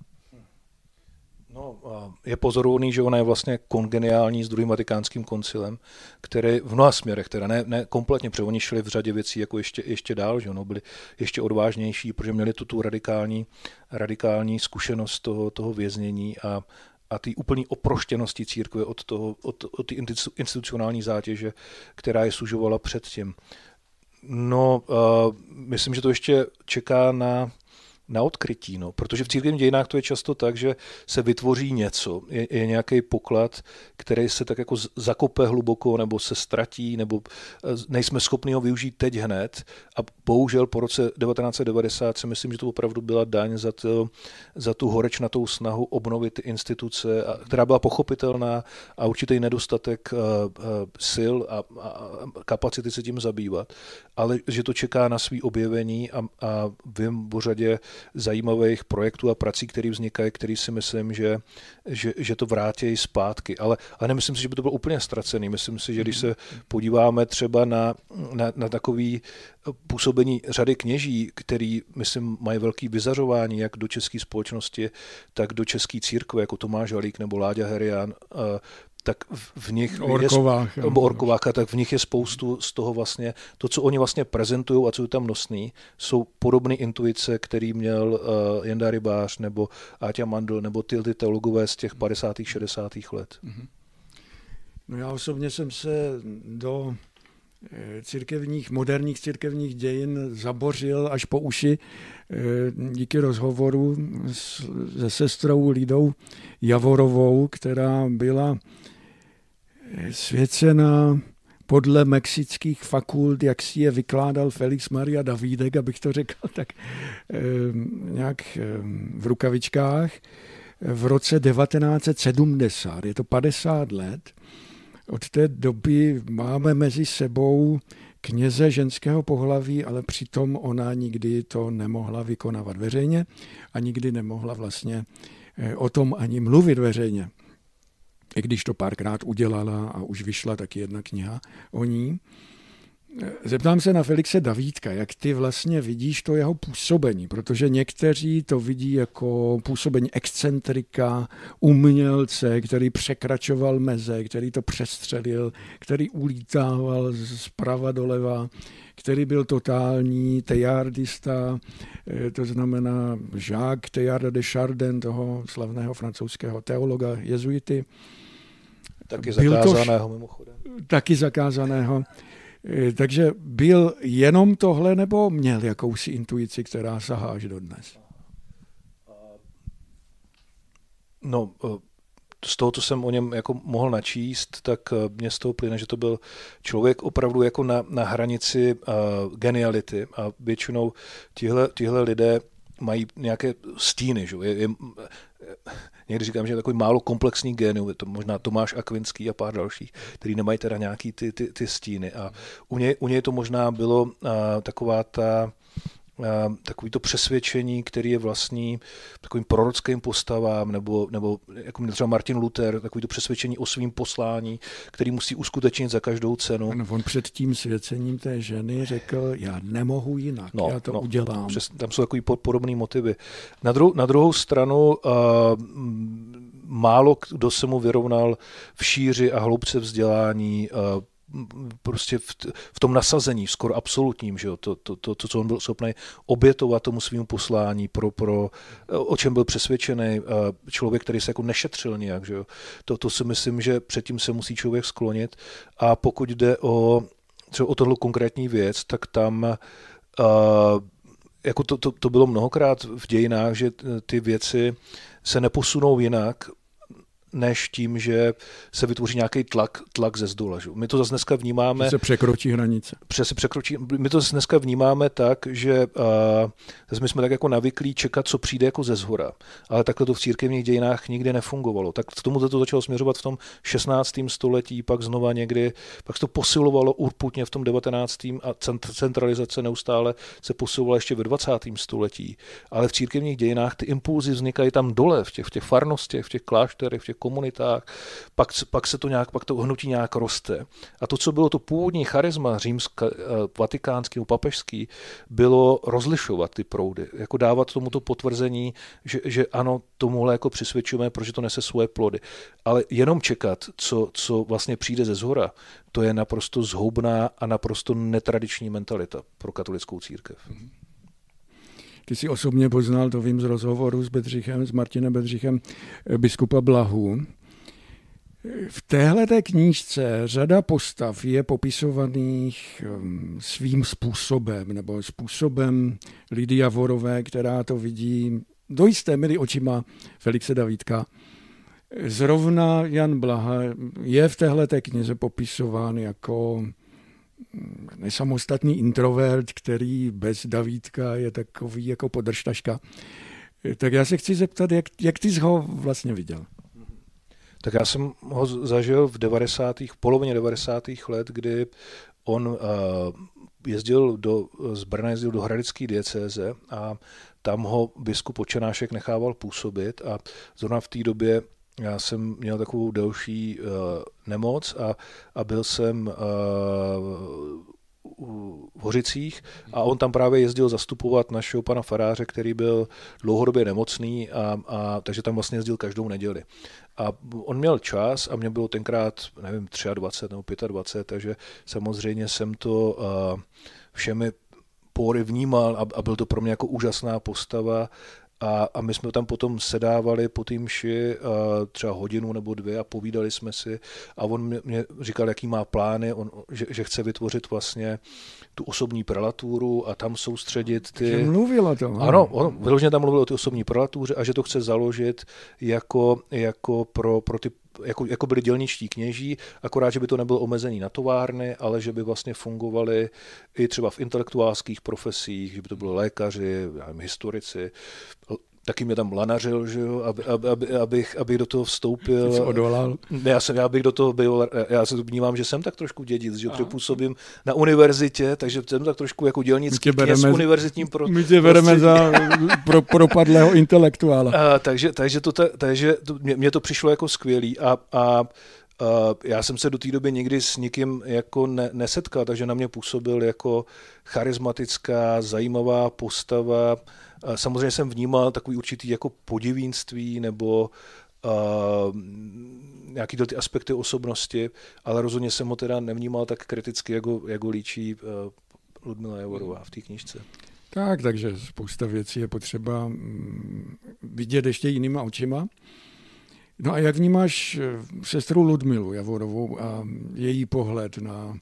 No, je pozoruhodný, že ona je vlastně kongeniální s druhým vatikánským koncilem, který v mnoha směrech, teda ne kompletně, protože oni šli v řadě věcí jako ještě dál, že ono byli ještě odvážnější, protože měli tu radikální zkušenost toho věznění a té úplné oproštěnosti církve od té institucionální zátěže, která je sužovala předtím. No, myslím, že to ještě čeká na odkrytí, protože v církevních dějinách to je často tak, že se vytvoří něco, je nějaký poklad, který se tak jako zakope hluboko, nebo se ztratí, nebo nejsme schopni ho využít teď hned a bohužel po roce 1990 si myslím, že to opravdu byla daň za tu horečnatou snahu obnovit ty instituce, která byla pochopitelná a určitý nedostatek sil a kapacity se tím zabývat, ale že to čeká na svý objevení a vím o řadě zajímavých projektů a prací, které vznikají, který si myslím, že to vrátí zpátky. Ale nemyslím si, že by to bylo úplně ztracený. Myslím si, že když se podíváme třeba na takový působení řady kněží, který, myslím, mají velký vyzařování jak do české společnosti, tak do české církve, jako Tomáš Halík nebo Láďa Herián, tak v nich tak v nich je spoustu z toho vlastně, to, co oni vlastně prezentují a co je tam nosný, jsou podobné intuice, který měl Jenda Rybář nebo Áťa Mandl nebo ty teologové z těch 50. 60. let. No já osobně jsem se do moderních církevních dějin zabořil až po uši díky rozhovoru se sestrou Lidou Javorovou, která byla svěcena podle mexických fakult, jak si je vykládal Felix Maria Davídek, abych to řekl tak nějak v rukavičkách, v roce 1970. Je to 50 let. Od té doby máme mezi sebou kněze ženského pohlaví, ale přitom ona nikdy to nemohla vykonávat veřejně a nikdy nemohla vlastně o tom ani mluvit veřejně. I když to párkrát udělala a už vyšla taky jedna kniha o ní. Zeptám se na Felixe Davídka, jak ty vlastně vidíš to jeho působení, protože někteří to vidí jako působení excentrika, umělce, který překračoval meze, který to přestřelil, který ulítával zprava doleva, který byl totální teilhardista, to znamená Jacques Teilhard de Chardin, toho slavného francouzského teologa jezuity. Taky zakázaného mimochodem. Taky zakázaného. Takže byl jenom tohle, nebo měl jakousi intuici, která sahá až dodnes? No, z toho, co jsem o něm jako mohl načíst, tak mně z toho plyne, že to byl člověk opravdu jako na hranici geniality a většinou tihle lidé mají nějaké stíny. Že? Někdy říkám, že je takový málo komplexní génium, je to možná Tomáš Akvinský a pár dalších, který nemají teda nějaký ty stíny. A u něj to možná bylo takový to přesvědčení, který je vlastní takovým prorockým postavám, nebo jako třeba Martin Luther, takový to přesvědčení o svým poslání, který musí uskutečnit za každou cenu. Ano, on před tím svěcením té ženy řekl, já nemohu jinak, já to udělám. Tam jsou takový podobné motivy. Na druhou stranu málo kdo se mu vyrovnal v šíři a hloubce vzdělání, prostě v tom nasazení, skoro absolutním, že jo? To, co on byl schopný obětovat tomu svým poslání, o čem byl přesvědčený, člověk, který se jako nešetřil nějak, že jo? To si myslím, že předtím se musí člověk sklonit. A pokud jde třeba o tohle konkrétní věc, tak tam jako to bylo mnohokrát v dějinách, že ty věci se neposunou jinak, než tím, že se vytvoří nějaký tlak ze zdola. Že? My to zase dneska vnímáme... Že se překročí hranice. My to zase dneska vnímáme tak, že my jsme tak jako navyklí čekat, co přijde jako ze zhora. Ale takhle to v církevních dějinách nikdy nefungovalo. Tak k tomu to začalo směřovat v tom 16. století, pak znova někdy, pak se to posilovalo urputně v tom 19. a centralizace neustále se posouvala ještě ve 20. století. Ale v církevních dějinách ty impulzy vznikají tam dole, v těch farnostech, v těch klášterech, v těch komunitách, pak to hnutí nějak roste. A to, co bylo to původní charisma vatikánský, papežský, bylo rozlišovat ty proudy, jako dávat tomuto potvrzení, že ano, tomuhle jako přisvědčujeme, protože to nese svoje plody. Ale jenom čekat, co vlastně přijde ze zhora, to je naprosto zhoubná a naprosto netradiční mentalita pro katolickou církev. Ty jsi osobně poznal, to vím z rozhovoru s Martinem Bedřichem, biskupa Blahu. V téhleté knížce řada postav je popisovaných svým způsobem, nebo způsobem Lidy Javorové, která to vidí do jisté míry očima Felixe Davídka. Zrovna Jan Blaha je v téhleté knize popisován jako nesamostatný introvert, který bez Davídka je takový jako podržtaška. Tak já se chci zeptat, jak ty jsi ho vlastně viděl? Tak já jsem ho zažil v polovině 90. let, kdy on z Brna jezdil do hradecké diecéze a tam ho biskup Očenášek nechával působit a zrovna v té době já jsem měl takovou delší nemoc a byl jsem v Hořicích a on tam právě jezdil zastupovat našeho pana faráře, který byl dlouhodobě nemocný a takže tam vlastně jezdil každou neděli. A on měl čas a mě bylo tenkrát, nevím, 23 nebo 25, takže samozřejmě jsem to všemi pory vnímal a byl to pro mě jako úžasná postava. A my jsme tam potom sedávali po té mši třeba hodinu nebo 2 a povídali jsme si a on mě říkal, jaký má plány, že chce vytvořit vlastně tu osobní prelaturu a tam soustředit ty... Že mluvil o tom. Ano, on vyloženě tam mluvil o ty osobní prelatuře a že to chce založit jako pro ty jako byli dělničtí kněží, akorát, že by to nebylo omezení na továrny, ale že by vlastně fungovali i třeba v intelektuálských profesích, že by to bylo lékaři, historici. Taky mě tam lanařil, že jo, abych do toho vstoupil. Jsi odolal? Já bych do toho byl, já se vnímám, že jsem tak trošku dědic, že působím na univerzitě, takže jsem tak trošku jako dělnický kněz s univerzitním prostředím. My tě bereme za propadlého intelektuála. Takže mě to přišlo jako skvělý a Já jsem se do té doby nikdy s nikým jako nesetkal, takže na mě působil jako charismatická, zajímavá postava. Samozřejmě jsem vnímal takový určitý jako podivínství nebo nějaký ty aspekty osobnosti, ale rozhodně jsem ho teda nevnímal tak kriticky, jako líčí Ludmila Javorová v té knížce. Tak, takže spousta věcí je potřeba vidět ještě jinýma očima. No a jak vnímáš sestru Ludmilu Javorovou a její pohled na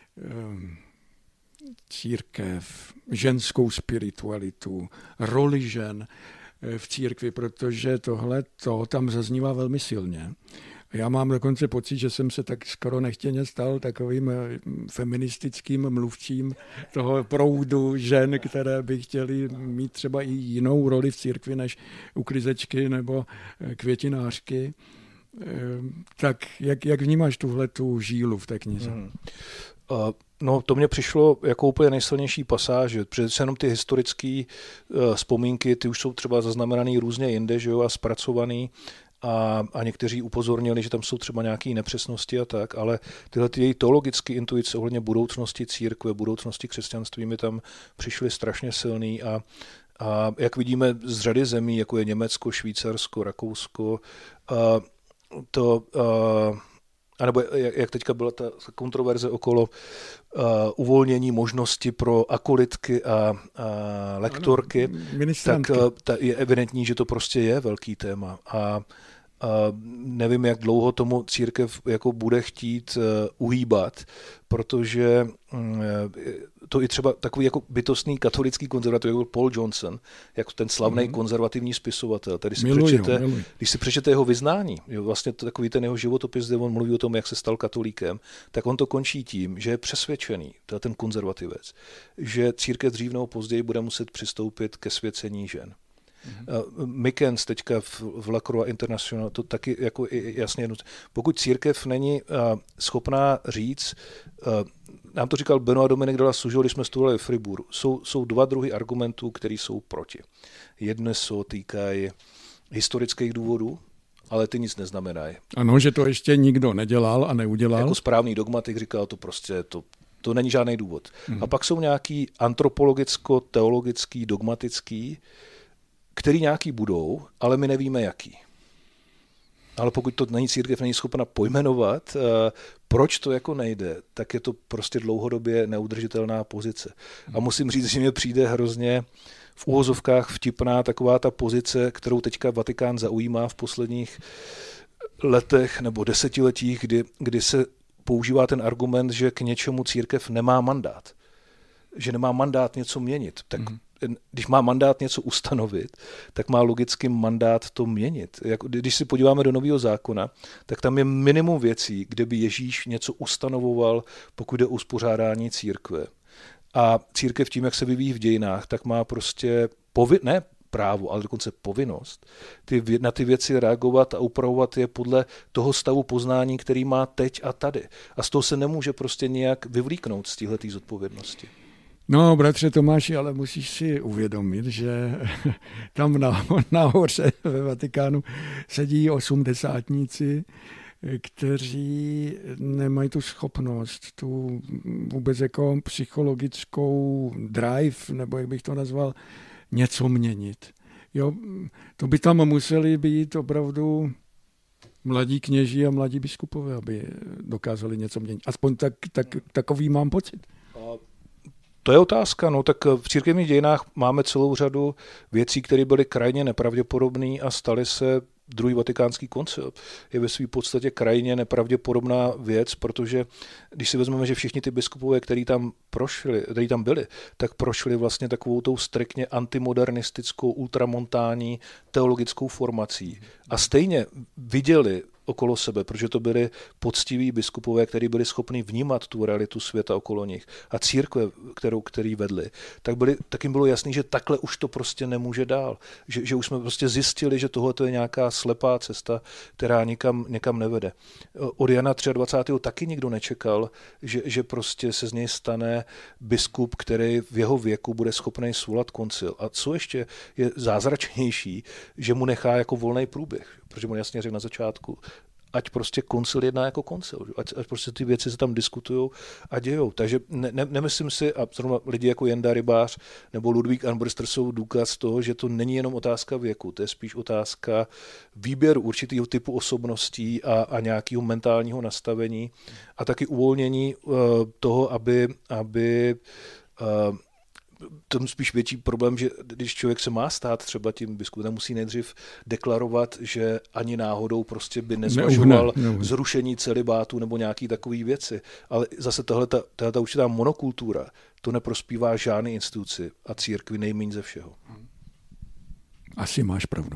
církev, ženskou spiritualitu, roli žen v církvi, protože tohle tam zaznívá velmi silně. Já mám dokonce pocit, že jsem se tak skoro nechtěně stal takovým feministickým mluvčím toho proudu žen, které by chtěly mít třeba i jinou roli v církvi než uklizečky nebo květinářky. Tak jak vnímáš tuhletu žílu v té knize? No, to mně přišlo jako úplně nejsilnější pasáž, protože jenom ty historické vzpomínky, ty už jsou třeba zaznamenaný různě jinde, že jo, a zpracovaný. A někteří upozornili, že tam jsou třeba nějaké nepřesnosti a tak, ale tyhle její teologické intuice ohledně budoucnosti církve, budoucnosti křesťanství mi tam přišly strašně silný a jak vidíme z řady zemí, jako je Německo, Švýcarsko, Rakousko, anebo jak teďka byla ta kontroverze okolo uvolnění možnosti pro akolitky a lektorky, tak je evidentní, že to prostě je velký téma. A nevím, jak dlouho tomu církev jako bude chtít uhýbat, protože to i třeba takový jako bytostný katolický konzervativ, jako Paul Johnson, jako ten slavný konzervativní spisovatel. Tady když si přečtete jeho vyznání, vlastně to takový ten jeho životopis, kde on mluví o tom, jak se stal katolíkem, tak on to končí tím, že je přesvědčený, to je ten konzervativec, že církev dřív nebo později bude muset přistoupit ke svěcení žen. Mikens teďka v Lacroix International to taky jako jasně, pokud církev není schopná říct, nám to říkal Benoît Dominique de la Soužeau, když jsme studovali v Fribourgu, jsou dva druhy argumentů, které jsou proti. Jedné se týkají historických důvodů, ale ty nic neznamenají. Ano, že to ještě nikdo nedělal a neudělal. Jako správný dogmatik říkal, to prostě to není žádný důvod. A pak jsou nějaký antropologicko-teologický, dogmatický, který nějaký budou, ale my nevíme jaký. Ale pokud to církev není schopna pojmenovat, proč to jako nejde, tak je to prostě dlouhodobě neudržitelná pozice. A musím říct, že mi přijde hrozně v uvozovkách vtipná taková ta pozice, kterou teďka Vatikán zaujímá v posledních letech nebo desetiletích, kdy se používá ten argument, že k něčemu církev nemá mandát. Že nemá mandát něco měnit. Tak když má mandát něco ustanovit, tak má logicky mandát to měnit. Když si podíváme do Nového zákona, tak tam je minimum věcí, kde by Ježíš něco ustanovoval, pokud jde o uspořádání církve. A církev tím, jak se vyvíjí v dějinách, tak má prostě ne právo, ale dokonce povinnost na ty věci reagovat a upravovat je podle toho stavu poznání, který má teď a tady. A z toho se nemůže prostě nějak vyvlíknout z téhletý zodpovědnosti. No, bratře Tomáši, ale musíš si uvědomit, že tam nahoře ve Vatikánu sedí osmdesátníci, kteří nemají tu schopnost, tu vůbec jako psychologickou drive, nebo jak bych to nazval, něco měnit. Jo, to by tam museli být opravdu mladí kněží a mladí biskupové, aby dokázali něco měnit. Aspoň takový mám pocit. To je otázka, no tak v církevních dějinách máme celou řadu věcí, které byly krajně nepravděpodobné a staly se. Druhý vatikánský koncil je ve své podstatě krajně nepravděpodobná věc, protože když si vezmeme, že všichni ty biskupové, kteří tam byli, tak prošli vlastně takovou tou striktně antimodernistickou, ultramontánní teologickou formací. A stejně viděli okolo sebe, protože to byli poctiví biskupové, kteří byli schopni vnímat tu realitu světa okolo nich a církve, který vedli, tak jim bylo jasný, že takhle už to prostě nemůže dál. Že už jsme prostě zjistili, že tohle je nějaká slepá cesta, která někam nevede. Od Jana 23. taky nikdo nečekal, že prostě se z něj stane biskup, který v jeho věku bude schopný svolat koncil. A co ještě je zázračnější, že mu nechá jako volný průběh, protože mu jasně řekl na začátku, ať prostě koncil jedná jako koncil, ať prostě ty věci se tam diskutujou a dějou. Takže nemyslím si, a zrovna lidi jako Jenda Rybář nebo Ludvík Armbruster jsou důkaz toho, že to není jenom otázka věku, to je spíš otázka výběru určitého typu osobností a nějakého mentálního nastavení a taky uvolnění toho, aby to je spíš větší problém, že když člověk se má stát třeba tím biskupem, musí nejdřív deklarovat, že ani náhodou prostě by nezvažoval zrušení celibátu nebo nějaký takový věci. Ale zase tahleta určitá monokultura, to neprospívá žádné instituci a církvi nejméně ze všeho. Asi máš pravdu.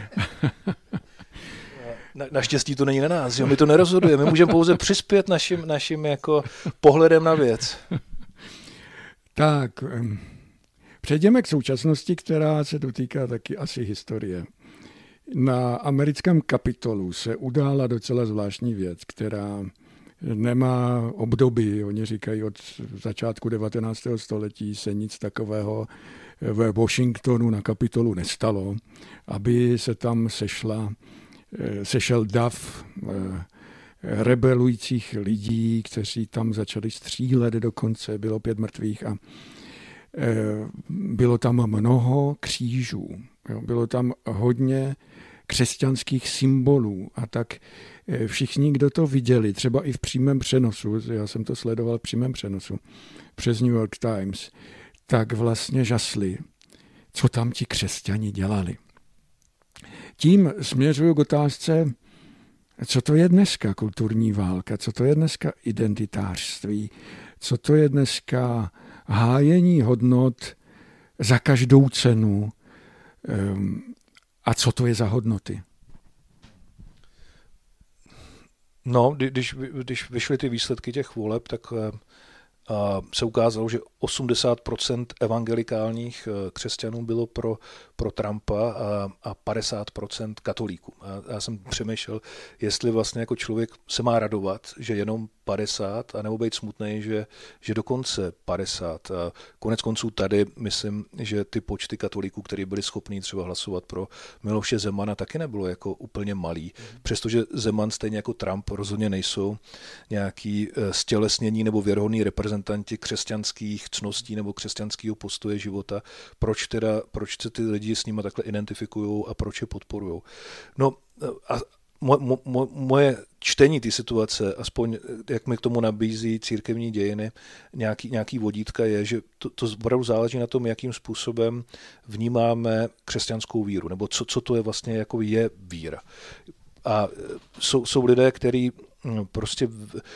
Naštěstí to není na nás, že? My to nerozhodujeme, my můžeme pouze přispět naším jako pohledem na věc. Tak, přejdeme k současnosti, která se dotýká taky asi historie. Na americkém Kapitolu se udála docela zvláštní věc, která nemá období. Oni říkají, od začátku 19. století se nic takového ve Washingtonu na Kapitolu nestalo, aby se tam sešel dav rebelujících lidí, kteří tam začali střílet dokonce, bylo 5 mrtvých a bylo tam mnoho křížů, bylo tam hodně křesťanských symbolů a tak všichni, kdo to viděli, třeba i v přímém přenosu, já jsem to sledoval v přímém přenosu přes New York Times, tak vlastně žasli, co tam ti křesťani dělali. Tím směřuju k otázce, co to je dneska kulturní válka, co to je dneska identitářství, co to je dneska hájení hodnot za každou cenu a co to je za hodnoty. No, když vyšly ty výsledky těch voleb, tak se ukázalo, že 80% evangelikálních křesťanů bylo pro Trumpa a 50% katolíků. A já jsem přemýšlel, jestli vlastně jako člověk se má radovat, že jenom 50, anebo být smutnej, že dokonce 50. A konec konců tady myslím, že ty počty katolíků, kteří byli schopní třeba hlasovat pro Miloše Zemana, taky nebylo jako úplně malý. Přestože Zeman stejně jako Trump rozhodně nejsou nějaký stělesnění nebo věrohodný reprezentanti křesťanských cností nebo křesťanského postoje života, proč se ty lidi s nimi takhle identifikují a proč je podporují. No a moje čtení té situace, aspoň jak mi k tomu nabízí církevní dějiny, nějaký vodítka je, že to opravdu záleží na tom, jakým způsobem vnímáme křesťanskou víru, nebo co to je vlastně jako je víra. A jsou lidé, kteří prostě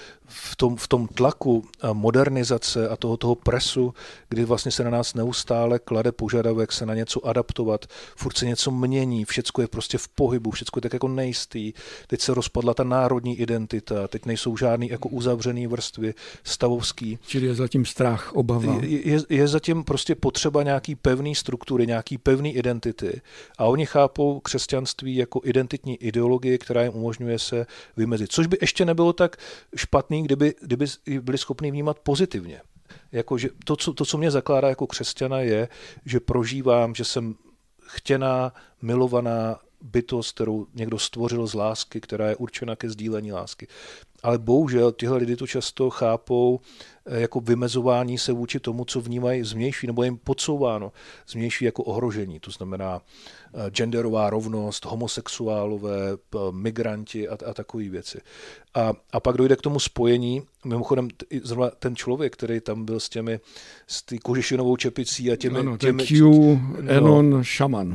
v tom tlaku modernizace a toho presu, kdy vlastně se na nás neustále klade požadavek se na něco adaptovat, furt se něco mění, všecko je prostě v pohybu, všecko je tak jako nejistý, teď se rozpadla ta národní identita, teď nejsou žádný jako uzavřený vrstvy stavovský. Čili je zatím strach, obava. Je zatím prostě potřeba nějaký pevný struktury, nějaký pevný identity a oni chápou křesťanství jako identitní ideologii, která jim umožňuje se vymezit. Což by ještě nebylo tak špatný, kdyby byli schopni vnímat pozitivně. Jakože to, co mě zakládá jako křesťana, je, že prožívám, že jsem chtěná, milovaná bytost, kterou někdo stvořil z lásky, která je určena ke sdílení lásky. Ale bohužel tyhle lidi to často chápou jako vymezování se vůči tomu, co vnímají zvnější, nebo jim podsouváno zvnější jako ohrožení. To znamená genderová rovnost, homosexuálové, migranti a takové věci. A pak dojde k tomu spojení. Mimochodem zrovna ten člověk, který tam byl s ty kožešinovou čepicí a těmi... Ano, ten QAnon šaman.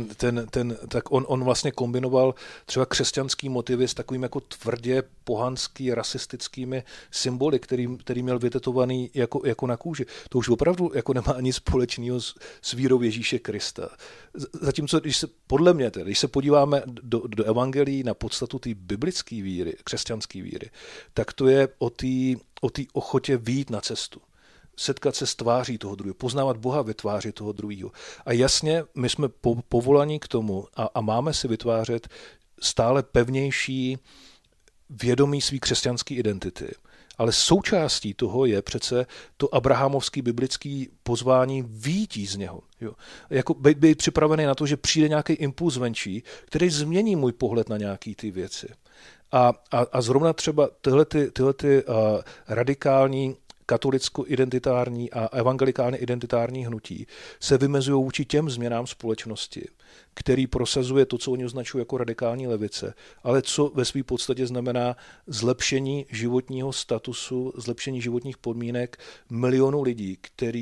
Tak on vlastně kombinoval třeba křesťanský motivy s takovým jako tvrdě pohanský, rasistickými symboly, který měl vytetovaný jako na kůži. To už opravdu jako nemá nic společného s vírou Ježíše Krista. Zatímco, podle mě, když se podíváme do evangelií na podstatu té biblické víry, křesťanské víry, tak to je o té ochotě vyjít na cestu. Setkat se s tváří toho druhého, poznávat Boha ve tváři toho druhého. A jasně, my jsme povolaní k tomu a máme si vytvářet stále pevnější vědomí svý křesťanské identity. Ale součástí toho je přece to abrahamovský biblický pozvání výjití z něho. Jo. Jako být připravený na to, že přijde nějaký impuls venčí, který změní můj pohled na nějaký ty věci. A zrovna třeba tyhle radikální katolicko-identitární a evangelikálně identitární hnutí se vymezují vůči těm změnám společnosti, který prosazuje to, co oni označují jako radikální levice, ale co ve své podstatě znamená zlepšení životního statusu, zlepšení životních podmínek milionů lidí,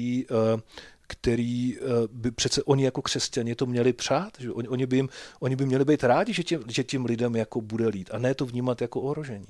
který by přece oni jako křesťané to měli přát, že oni by měli být rádi, že těm lidem jako bude líp a ne to vnímat jako ohrožení.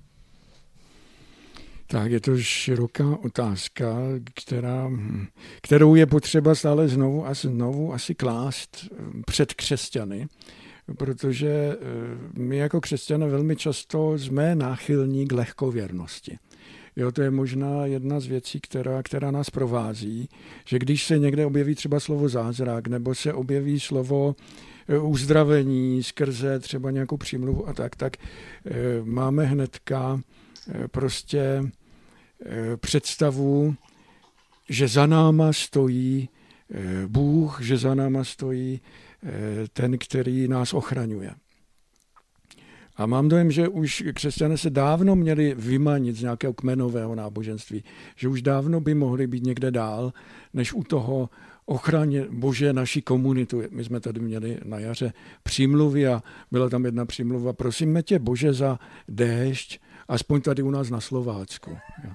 Tak je to široká otázka, kterou je potřeba stále znovu asi klást před křesťany, protože my jako křesťané velmi často jsme náchylní k lehkověrnosti. Jo, to je možná jedna z věcí, která nás provází, že když se někde objeví třeba slovo zázrak, nebo se objeví slovo uzdravení skrze třeba nějakou přímluvu a tak máme hnedka prostě představu, že za náma stojí Bůh, že za náma stojí ten, který nás ochraňuje. A mám dojem, že už křesťané se dávno měli vymanit z nějakého kmenového náboženství, že už dávno by mohli být někde dál, než u toho ochraně Bože naší komunitu. My jsme tady měli na jaře přímluvy a byla tam jedna přímluva. Prosíme tě, Bože, za déšť, aspoň tady u nás na Slovácku.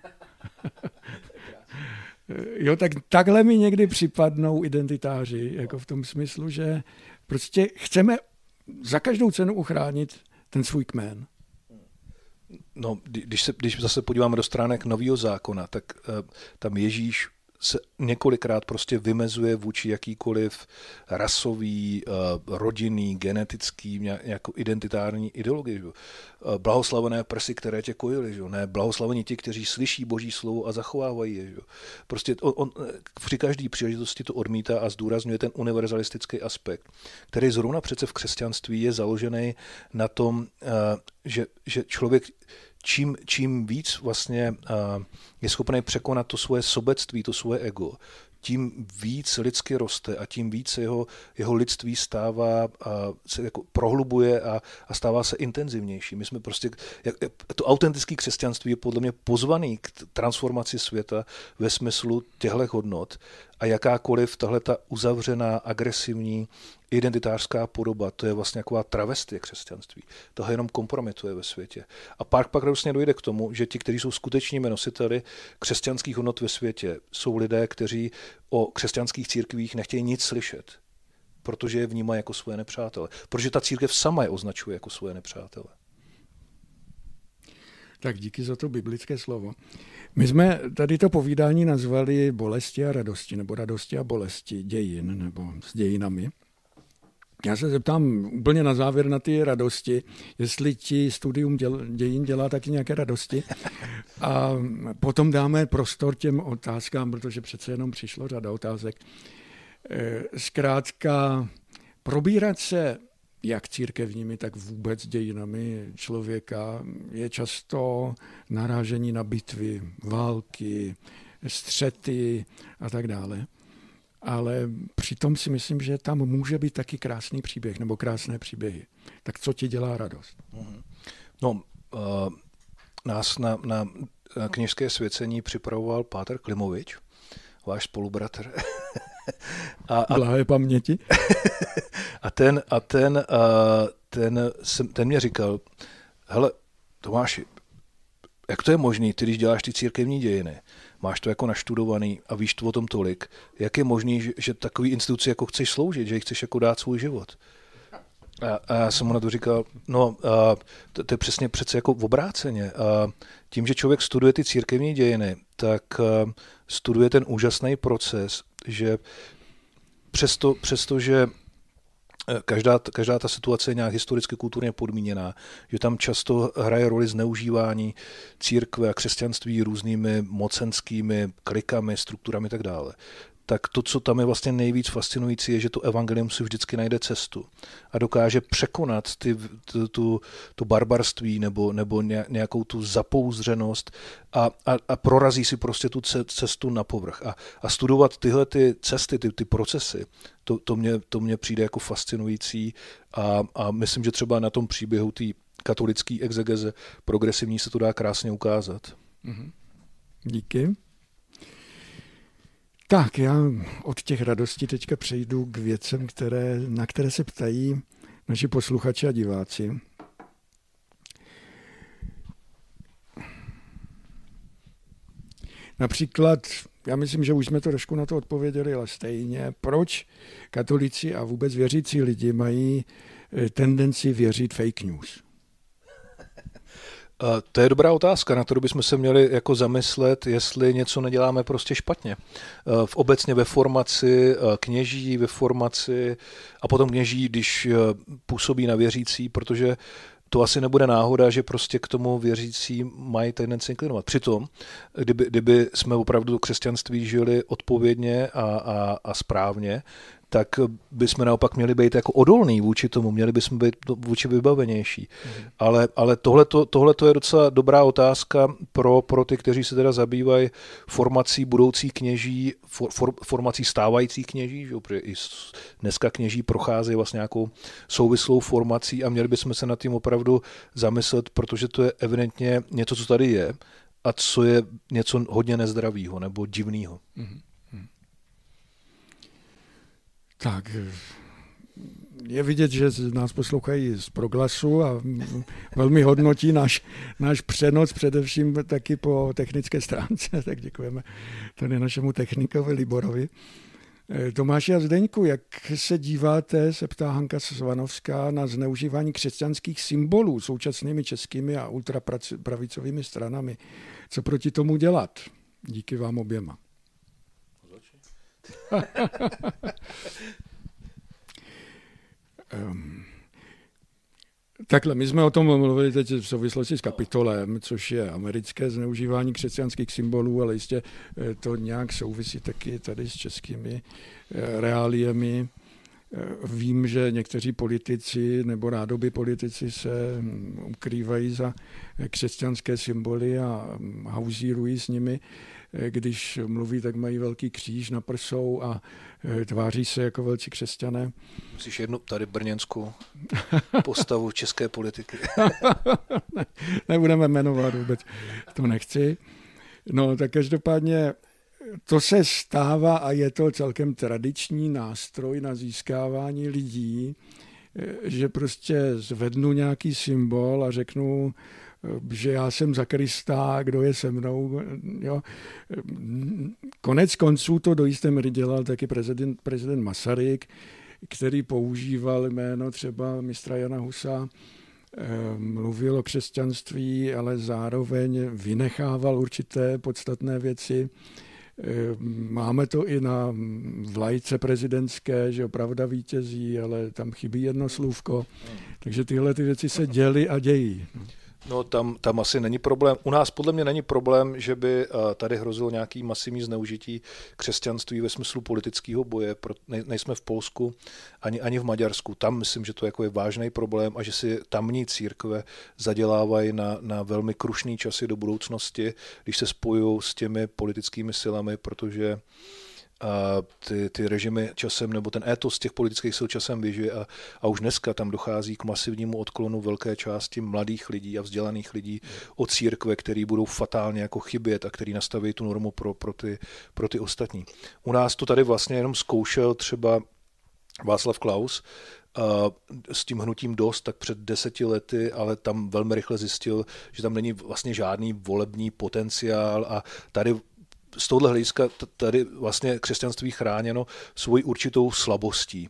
Jo, tak takhle mi někdy připadnou identitáři, jako v tom smyslu, že prostě chceme za každou cenu uchránit ten svůj kmen. No, když zase podíváme do stránek Nového zákona, tak tam Ježíš se několikrát prostě vymezuje vůči jakýkoliv rasový, rodinný, genetický, nějakou identitární ideologii. Blahoslavené prsy, které tě kojily, ne blahoslavení ti, kteří slyší Boží slovo a zachovávají je. Prostě on při každé příležitosti to odmítá a zdůrazňuje ten univerzalistický aspekt, který zrovna přece v křesťanství je založený na tom, že člověk čím víc vlastně je schopný překonat to svoje sobectví, to svoje ego, tím víc lidsky roste a tím víc jeho lidství stává, se jako prohlubuje a stává se intenzivnější. My jsme prostě, to autentické křesťanství je podle mě pozvaný k transformaci světa ve smyslu těchto hodnot a jakákoliv tahleta uzavřená, agresivní, identitářská podoba, to je vlastně taková travestie křesťanství. Toho jenom kompromituje ve světě. A pak vlastně dojde k tomu, že ti, kteří jsou skutečnými nositeli křesťanských hodnot ve světě, jsou lidé, kteří o křesťanských církvích nechtějí nic slyšet, protože je vnímají jako svoje nepřátele. Protože ta církev sama je označuje jako svoje nepřátele. Tak díky za to biblické slovo. My jsme tady to povídání nazvali bolesti a radosti, nebo radosti a bolesti dějin, nebo s dějinami. Já se zeptám úplně na závěr na ty radosti, jestli ti studium dějin dělá taky nějaké radosti. A potom dáme prostor těm otázkám, protože přece jenom přišlo řada otázek. Zkrátka probírat se jak církevními, tak vůbec dějinami člověka je často narážení na bitvy, války, střety a tak dále. Ale přitom si myslím, že tam může být taky krásný příběh nebo krásné příběhy. Tak co ti dělá radost? No, nás na kněžské svěcení připravoval Páter Klimovič, váš spolubratr. Blahé paměti. A ten mě říkal, hele, Tomáši, jak to je možný, ty když děláš ty církevní dějiny, máš to jako naštudovaný a víš to o tom tolik, jak je možný, že takový instituci jako chceš sloužit, že jí chceš jako dát svůj život? A já jsem mu na to říkal, to je přece jako v obráceně. Tím, že člověk studuje ty církevní dějiny, tak studuje ten úžasný proces, že přestože každá ta situace je nějak historicky kulturně podmíněná, že tam často hraje roli zneužívání církve a křesťanství různými mocenskými klikami, strukturami a tak dále. Tak to, co tam je vlastně nejvíc fascinující, je, že to evangelium si vždycky najde cestu a dokáže překonat to barbarství nebo nějakou tu zapouzřenost a prorazí si prostě tu cestu na povrch. A studovat tyhle ty cesty, ty procesy, to mě přijde jako fascinující a myslím, že třeba na tom příběhu té katolický exegeze progresivní se to dá krásně ukázat. Díky. Tak, já od těch radostí teďka přejdu k věcem, na které se ptají naši posluchači a diváci. Například, já myslím, že už jsme to trošku na to odpověděli, ale stejně, proč katolíci a vůbec věřící lidi mají tendenci věřit fake news? To je dobrá otázka, na kterou bychom se měli jako zamyslet, jestli něco neděláme prostě špatně. Obecně ve formaci kněží, ve formaci a potom kněží, když působí na věřící, protože to asi nebude náhoda, že prostě k tomu věřící mají tendenci inklinovat. Přitom, kdyby jsme opravdu křesťanství žili odpovědně a správně, tak bychom naopak měli být jako odolní vůči tomu, měli bychom být vůči vybavenější. Ale tohle je docela dobrá otázka pro ty, kteří se teda zabývají formací budoucích kněží, formací stávajících kněží, že? Protože i dneska kněží procházejí vlastně nějakou souvislou formací a měli bychom se nad tím opravdu zamyslet, protože to je evidentně něco, co tady je a co je něco hodně nezdravého nebo divného. Tak, je vidět, že nás poslouchají z Proglasu a velmi hodnotí náš přenos, především taky po technické stránce, tak děkujeme tady našemu technikovi Liborovi. Tomáši a Zdeňku, jak se díváte, se ptá Hanka Svanovská, na zneužívání křesťanských symbolů současnými českými a ultrapravicovými stranami? Co proti tomu dělat? Díky vám oběma. Takhle, my jsme o tom mluvili teď v souvislosti s Kapitolem, což je americké zneužívání křesťanských symbolů, ale jistě to nějak souvisí taky tady s českými reáliemi. Vím, že někteří politici nebo rádoby politici se ukrývají za křesťanské symboly a hauzírují s nimi. Když mluví, tak mají velký kříž na prsou a tváří se jako velcí křesťané. Musíš jednu tady brněnskou postavu české politiky. Nebudeme jmenovat vůbec, to nechci. No tak každopádně to se stává a je to celkem tradiční nástroj na získávání lidí, že prostě zvednu nějaký symbol a řeknu, že já jsem za Krista, kdo je se mnou. Jo. Konec konců to do jisté míry dělal taky prezident Masaryk, který používal jméno třeba mistra Jana Husa, mluvil o křesťanství, ale zároveň vynechával určité podstatné věci. Máme to i na vlajce prezidentské, že pravda vítězí, ale tam chybí jedno slůvko. Takže tyhle ty věci se děly a dějí. No tam asi není problém. U nás podle mě není problém, že by tady hrozilo nějaký masivní zneužití křesťanství ve smyslu politického boje. Nejsme v Polsku ani v Maďarsku. Tam myslím, že to jako je vážný problém a že si tamní církve zadělávají na velmi krušný časy do budoucnosti, když se spojují s těmi politickými silami, protože ty režimy časem, nebo ten étos těch politických sil časem vyžije a už dneska tam dochází k masivnímu odklonu velké části mladých lidí a vzdělaných lidí od církve, který budou fatálně jako chybět a který nastaví tu normu pro ty ostatní. U nás to tady vlastně jenom zkoušel třeba Václav Klaus s tím hnutím Dost tak před 10 lety, ale tam velmi rychle zjistil, že tam není vlastně žádný volební potenciál a tady z tohohle hlediska tady vlastně křesťanství chráněno svojí určitou slabostí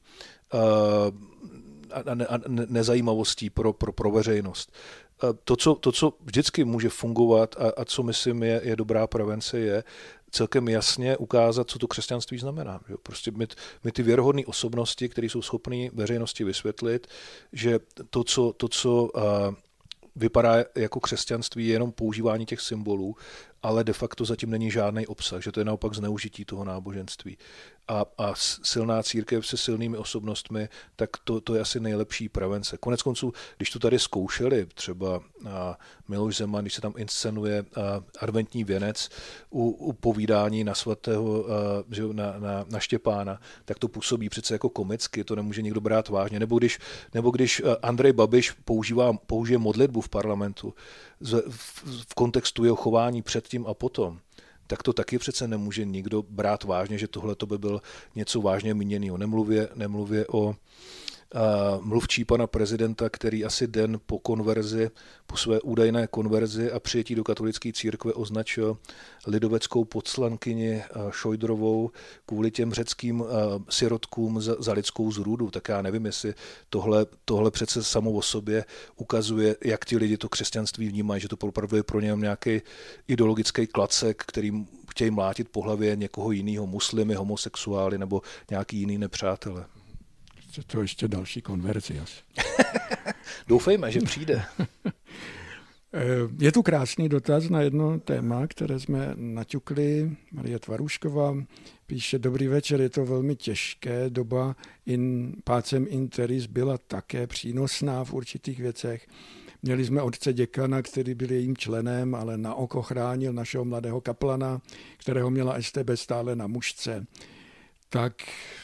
a nezajímavostí pro veřejnost. To, co vždycky může fungovat a co myslím je dobrá prevence, je celkem jasně ukázat, co to křesťanství znamená. Prostě my ty věrohodné osobnosti, které jsou schopné veřejnosti vysvětlit, že to, co vypadá jako křesťanství, je jenom používání těch symbolů, ale de facto zatím není žádný obsah, že to je naopak zneužití toho náboženství. a silná církev se silnými osobnostmi, tak to je asi nejlepší prevence. Koneckonců, když to tady zkoušeli, třeba Miloš Zeman, když se tam inscenuje adventní věnec u povídání na svatého, na Štěpána, tak to působí přece jako komicky, to nemůže nikdo brát vážně. Nebo když Andrej Babiš použije modlitbu v parlamentu v kontextu jeho chování předtím a potom, tak to taky přece nemůže nikdo brát vážně, že tohle to by byl něco vážně míněného. Nemluvě o mluvčí pana prezidenta, který asi den po konverzi, po své údajné konverzi a přijetí do katolické církve označil lidoveckou poslankyni Šojdrovou kvůli těm řeckým sirotkům za lidskou zrůdu. Tak já nevím, jestli tohle přece samo o sobě ukazuje, jak ti lidi to křesťanství vnímají, že to opravdu je pro ně nějaký ideologický klacek, který chtějí mlátit po hlavě někoho jiného, muslimy, homosexuály nebo nějaký jiný nepřátelé. To ještě další konverzi asi. Doufejme, že přijde. Je tu krásný dotaz na jedno téma, které jsme naťukli. Marie Tvarušková píše: Dobrý večer, je to velmi těžké. Doba Pacem in terris byla také přínosná v určitých věcech. Měli jsme otce děkana, který byl jejím členem, ale na oko chránil našeho mladého kaplana, kterého měla StB stále na mušce. Tak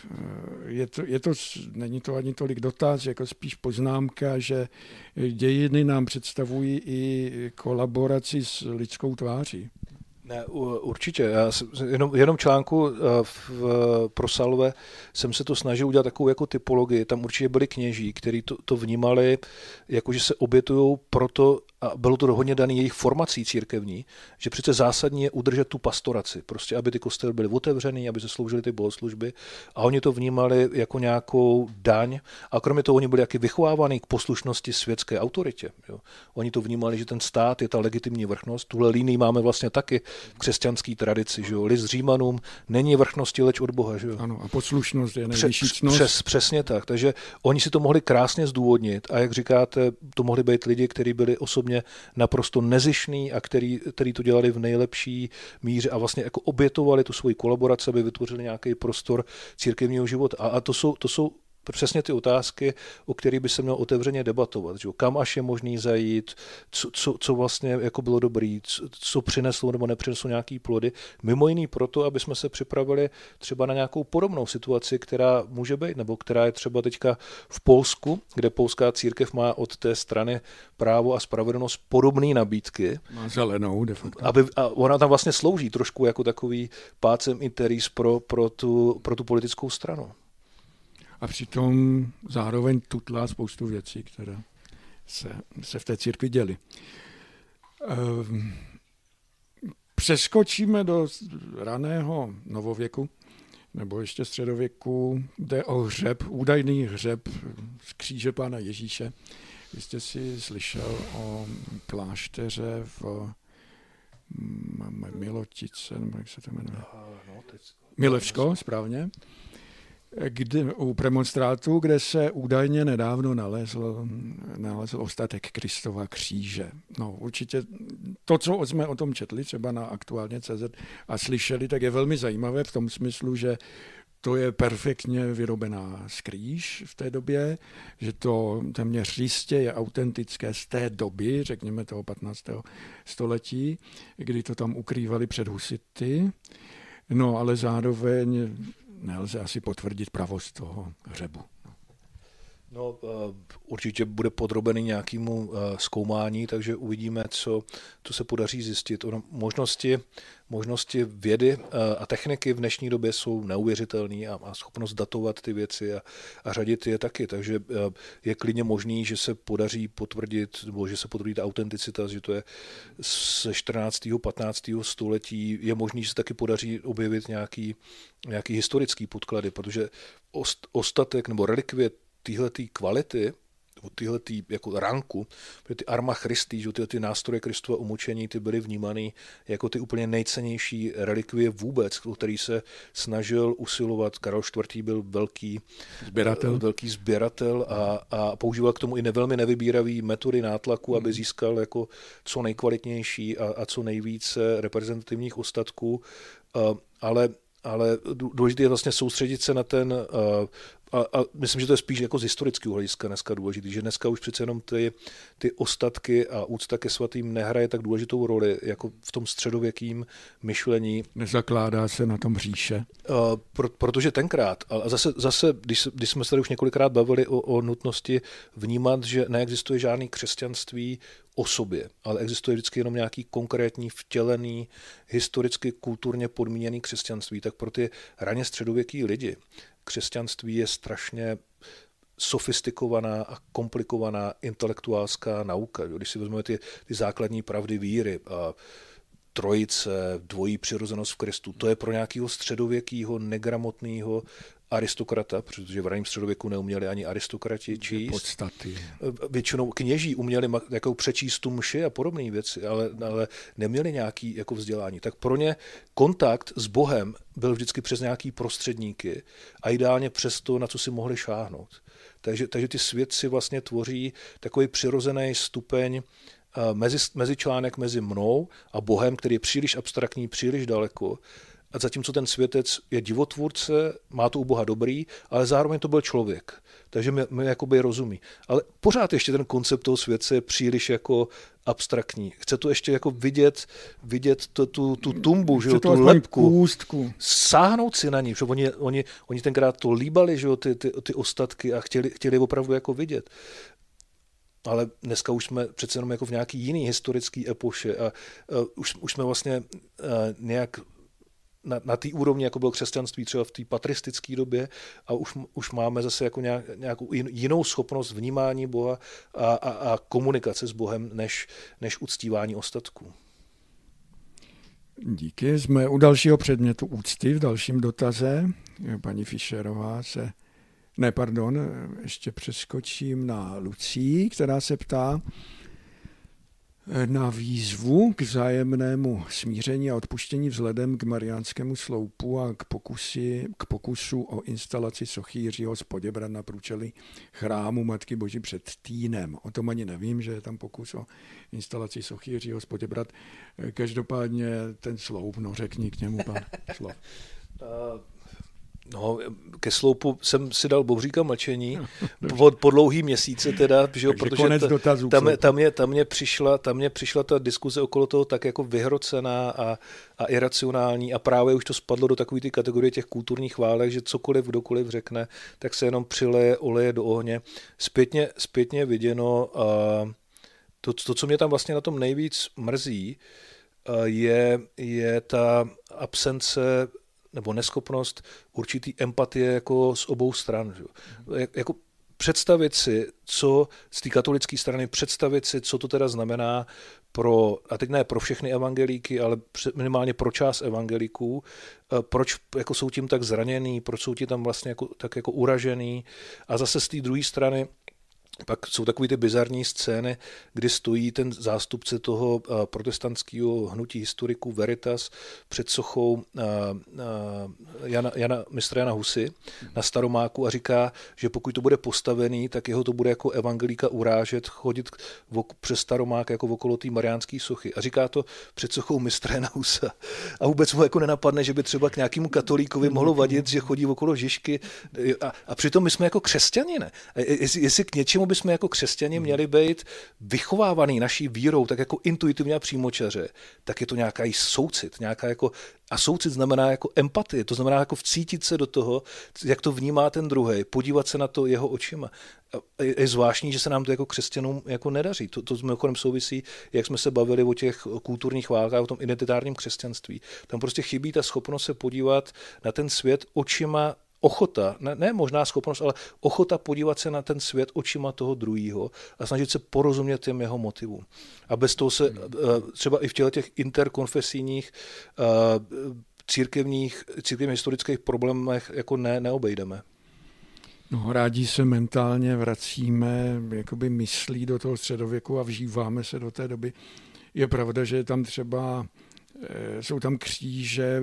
není to ani tolik dotaz, jako spíš poznámka, že dějiny nám představují i kolaboraci s lidskou tváří. Ne, určitě. Já jenom článku pro Salve jsem se to snažil udělat takovou jako typologii. Tam určitě byli kněží, kteří to vnímali, jako že se obětují proto, a bylo to hodně daný jejich formací církevní, že přece zásadní je udržet tu pastoraci. Prostě, aby ty kostely byly otevřený, aby se sloužily ty bohoslužby. A oni to vnímali jako nějakou daň. A kromě toho oni byli taky vychovávaní k poslušnosti světské autoritě. Jo. Oni to vnímali, že ten stát je ta legitimní vrchnost. Tuhle linii máme vlastně taky v křesťanské tradici. Že jo. List Římanům není vrchnosti, leč od Boha. Že jo. Ano, a poslušnost je nejvyšší ctnost. Přesně tak. Takže oni si to mohli krásně zdůvodnit. A jak říkáte, to mohli být lidi, kteří byli osobně naprosto nezištní a který to dělali v nejlepší míře a vlastně jako obětovali tu svoji kolaboraci, aby vytvořili nějaký prostor církevního života. A to jsou přesně ty otázky, o kterých by se mělo otevřeně debatovat. Že? Kam až je možný zajít, co vlastně jako bylo dobrý, co přineslo nebo nepřineslo nějaký plody. Mimo jiný proto, aby jsme se připravili třeba na nějakou podobnou situaci, která může být, nebo která je třeba teďka v Polsku, kde polská církev má od té strany Právo a spravedlnost podobné nabídky. Má zelenou de facto. A ona tam vlastně slouží trošku jako takový pacem in terris pro tu politickou stranu. A přitom zároveň tutlá spoustu věcí, které se v té církvi děly. Přeskočíme do raného novověku, nebo ještě středověku, jde o hřeb, údajný hřeb z kříže Pána Ježíše. Vy jste si slyšel o klášteře v Milotice, nebo jak se to jmenuje? Milevsko, správně. U premonstrátu, kde se údajně nedávno nalezl ostatek Kristova kříže. No, určitě to, co jsme o tom četli, třeba na aktuálně.cz a slyšeli, tak je velmi zajímavé v tom smyslu, že to je perfektně vyrobená skrýž v té době, že to téměř jistě je autentické z té doby, řekněme toho 15. století, kdy to tam ukrývali před husity. No, ale zároveň nelze asi potvrdit pravost toho hřebu. No, určitě bude podrobený nějakému zkoumání, takže uvidíme, co se podaří zjistit. Možnosti vědy a techniky v dnešní době jsou neuvěřitelné a schopnost datovat ty věci a řadit je taky. Takže je klidně možný, že se podaří potvrdit, nebo že se potvrdí ta autenticita, že to je ze 14. 15. století. Je možný, že se taky podaří objevit nějaký historický podklady, protože ostatek nebo relikvie tyhletý kvality, tyhletý jako ranku, ty arma Christi, že ty nástroje Kristova umučení, ty byly vnímaný jako ty úplně nejcennější relikvie vůbec, o který se snažil usilovat. Karel IV. Byl velký sběratel a používal k tomu i velmi nevybíravý metody nátlaku, aby získal jako co nejkvalitnější a co nejvíce reprezentativních ostatků, ale ale důležité je vlastně soustředit se na ten, a myslím, že to je spíš jako z historického hlediska dneska důležitý, že dneska už přece jenom ty ostatky a úcta ke svatým nehraje tak důležitou roli, jako v tom středověkým myšlení. Nezakládá se na tom říše. Protože tenkrát, a zase když jsme se tady už několikrát bavili o nutnosti vnímat, že neexistuje žádný křesťanství o sobě, ale existuje vždycky jenom nějaký konkrétní, vtělený, historicky, kulturně podmíněný křesťanství, tak pro ty raně středověký lidi křesťanství je strašně sofistikovaná a komplikovaná intelektuálská nauka. Když si vezmeme ty základní pravdy víry, a trojice, dvojí přirozenost v Kristu, to je pro nějakého středověkého negramotného aristokrata, protože v ranním středověku neuměli ani aristokrati číst. Podstaty. Většinou kněží uměli jako přečíst tu mši a podobné věci, ale neměli nějaký jako vzdělání. Tak pro ně kontakt s Bohem byl vždycky přes nějaký prostředníky a ideálně přes to, na co si mohli šáhnout. Takže ty svědci vlastně tvoří takový přirozený stupeň mezičlánek mezi mnou a Bohem, který je příliš abstraktní, příliš daleko. A zatímco ten světec je divotvůrce, má to u Boha dobrý, ale zároveň to byl člověk. Takže mi jakoby rozumí. Ale pořád ještě ten koncept toho světce je příliš jako abstraktní. Chce to ještě jako vidět tu tumbu, že jo, tu lepku, kůstku. Sáhnout si na ní, protože oni tenkrát to líbali, že jo, ty ostatky a chtěli opravdu jako vidět. Ale dneska už jsme přece jenom jako v nějaký jiný historický epoše a už jsme vlastně nějak na té úrovni, jako bylo křesťanství třeba v té patristické době a už máme zase jako nějakou jinou schopnost vnímání Boha a komunikace s Bohem, než uctívání ostatků. Díky. Jsme u dalšího předmětu úcty, v dalším dotaze. Paní Fischerová ještě přeskočím na Lucii, která se ptá na výzvu k vzájemnému smíření a odpuštění vzhledem k Mariánskému sloupu a k pokusu o instalaci sochy Jiřího z Poděbrad na průčelí chrámu Matky Boží před Týnem. O tom ani nevím, že je tam pokus o instalaci sochy Jiřího z Poděbrad. Každopádně ten sloup, řekni k němu pán slov. No, ke sloupu jsem si dal bouříka mlčení po dlouhý měsíce teda, že jo, protože tam mě přišla ta diskuze okolo toho tak jako vyhrocená a iracionální a právě už to spadlo do takové ty kategorie těch kulturních válek, že cokoliv kdokoliv řekne, tak se jenom přileje oleje do ohně. Zpětně viděno, to, co mě tam vlastně na tom nejvíc mrzí, je ta absence nebo neschopnost určitý empatie jako z obou stran. Jako představit si, co z té katolické strany, představit si, co to teda znamená a teď ne pro všechny evangelíky, ale minimálně pro část evangelíků, proč jako jsou tím tak zraněný, proč jsou ti tam vlastně tak jako uražený. A zase z té druhé strany pak jsou takové ty bizarní scény, kdy stojí ten zástupce toho protestantského hnutí historiků Veritas před sochou mistra Jana Husy na Staromáku a říká, že pokud to bude postavený, tak jeho to bude jako evangelíka urážet, chodit přes Staromák jako okolo té mariánské sochy. A říká to před sochou mistra Jana Husa. A vůbec mu jako nenapadne, že by třeba k nějakému katolíkovi mohlo vadit, že chodí okolo Žižky. A přitom my jsme jako křesťani, ne? Jestli k něčemu bychom jako křesťani měli být vychovávaný naší vírou, tak jako intuitivně a přímočaře, tak je to nějaký soucit, a soucit znamená jako empatie, to znamená jako vcítit se do toho, jak to vnímá ten druhej, podívat se na to jeho očima. Je zvláštní, že se nám to jako křesťanům jako nedaří. To mimochodem souvisí, jak jsme se bavili o těch kulturních válkách, o tom identitárním křesťanství. Tam prostě chybí ta schopnost se podívat na ten svět očima, ochota, ne možná schopnost, ale ochota podívat se na ten svět očima toho druhého a snažit se porozumět těm jeho motivům. A bez toho se třeba i v těch interkonfesijních církevních historických problémech jako neobejdeme. No, rádi se mentálně vracíme jakoby myslí do toho středověku a vžíváme se do té doby. Je pravda, že tam třeba jsou tam kříže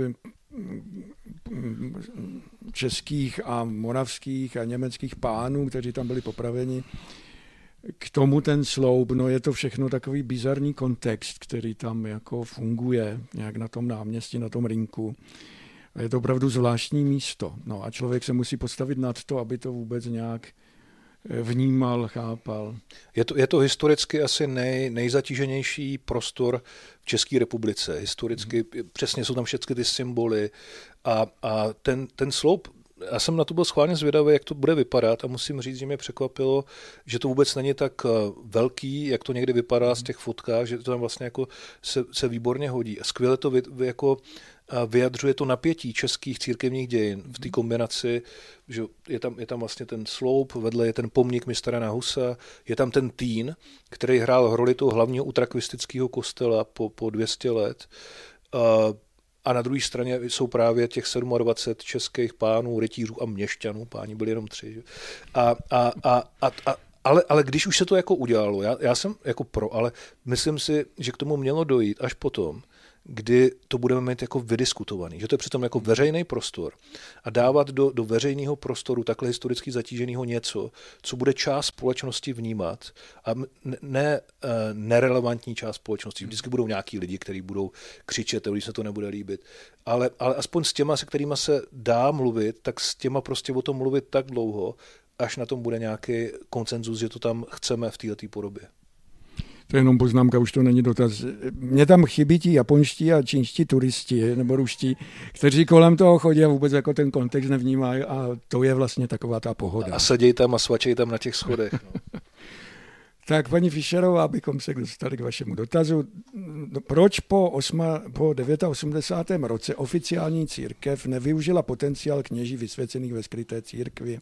českých a moravských a německých pánů, kteří tam byli popraveni. K tomu ten sloup, je to všechno takový bizarní kontext, který tam jako funguje nějak na tom náměstí, na tom rynku. Je to opravdu zvláštní místo. No a člověk se musí postavit nad to, aby to vůbec nějak vnímal, chápal. Je to historicky asi nejzatíženější prostor v České republice. Historicky přesně jsou tam všechny ty symboly a ten sloup, já jsem na to byl schválně zvědavý, jak to bude vypadat a musím říct, že mě překvapilo, že to vůbec není tak velký, jak to někdy vypadá z těch fotkách, že to tam vlastně jako se výborně hodí. A skvěle to jako vyjadřuje to napětí českých církevních dějin v té kombinaci, že je tam vlastně ten sloup, vedle je ten pomník mistra Jana Husa, je tam ten Týn, který hrál roli toho hlavního utrakvistického kostela po 200 let. A na druhé straně jsou právě těch 27 českých pánů, rytířů a měšťanů, páni byli jenom 3. Že? Ale když už se to jako udělalo, já jsem jako pro, ale myslím si, že k tomu mělo dojít až potom, kdy to budeme mít jako vydiskutovaný, že to je přitom jako veřejný prostor a dávat do veřejného prostoru takhle historicky zatíženého něco, co bude část společnosti vnímat a ne nerelevantní část společnosti. Vždycky budou nějaký lidi, kteří budou křičet, když se to nebude líbit, ale aspoň s těma, se kterýma se dá mluvit, tak s těma prostě o tom mluvit tak dlouho, až na tom bude nějaký konsenzus, že to tam chceme v této podobě. To je jenom poznámka, už to není dotaz. Mně tam chybí ti japonští a čínští turisti, nebo ruští, kteří kolem toho chodí a vůbec jako ten kontext nevnímají a to je vlastně taková ta pohoda. A sedějí tam a svačejí tam na těch schodech. No. Tak paní Fischerová, abychom se dostali k vašemu dotazu, proč po 89. roce oficiální církev nevyužila potenciál kněží vysvěcených ve skryté církvi?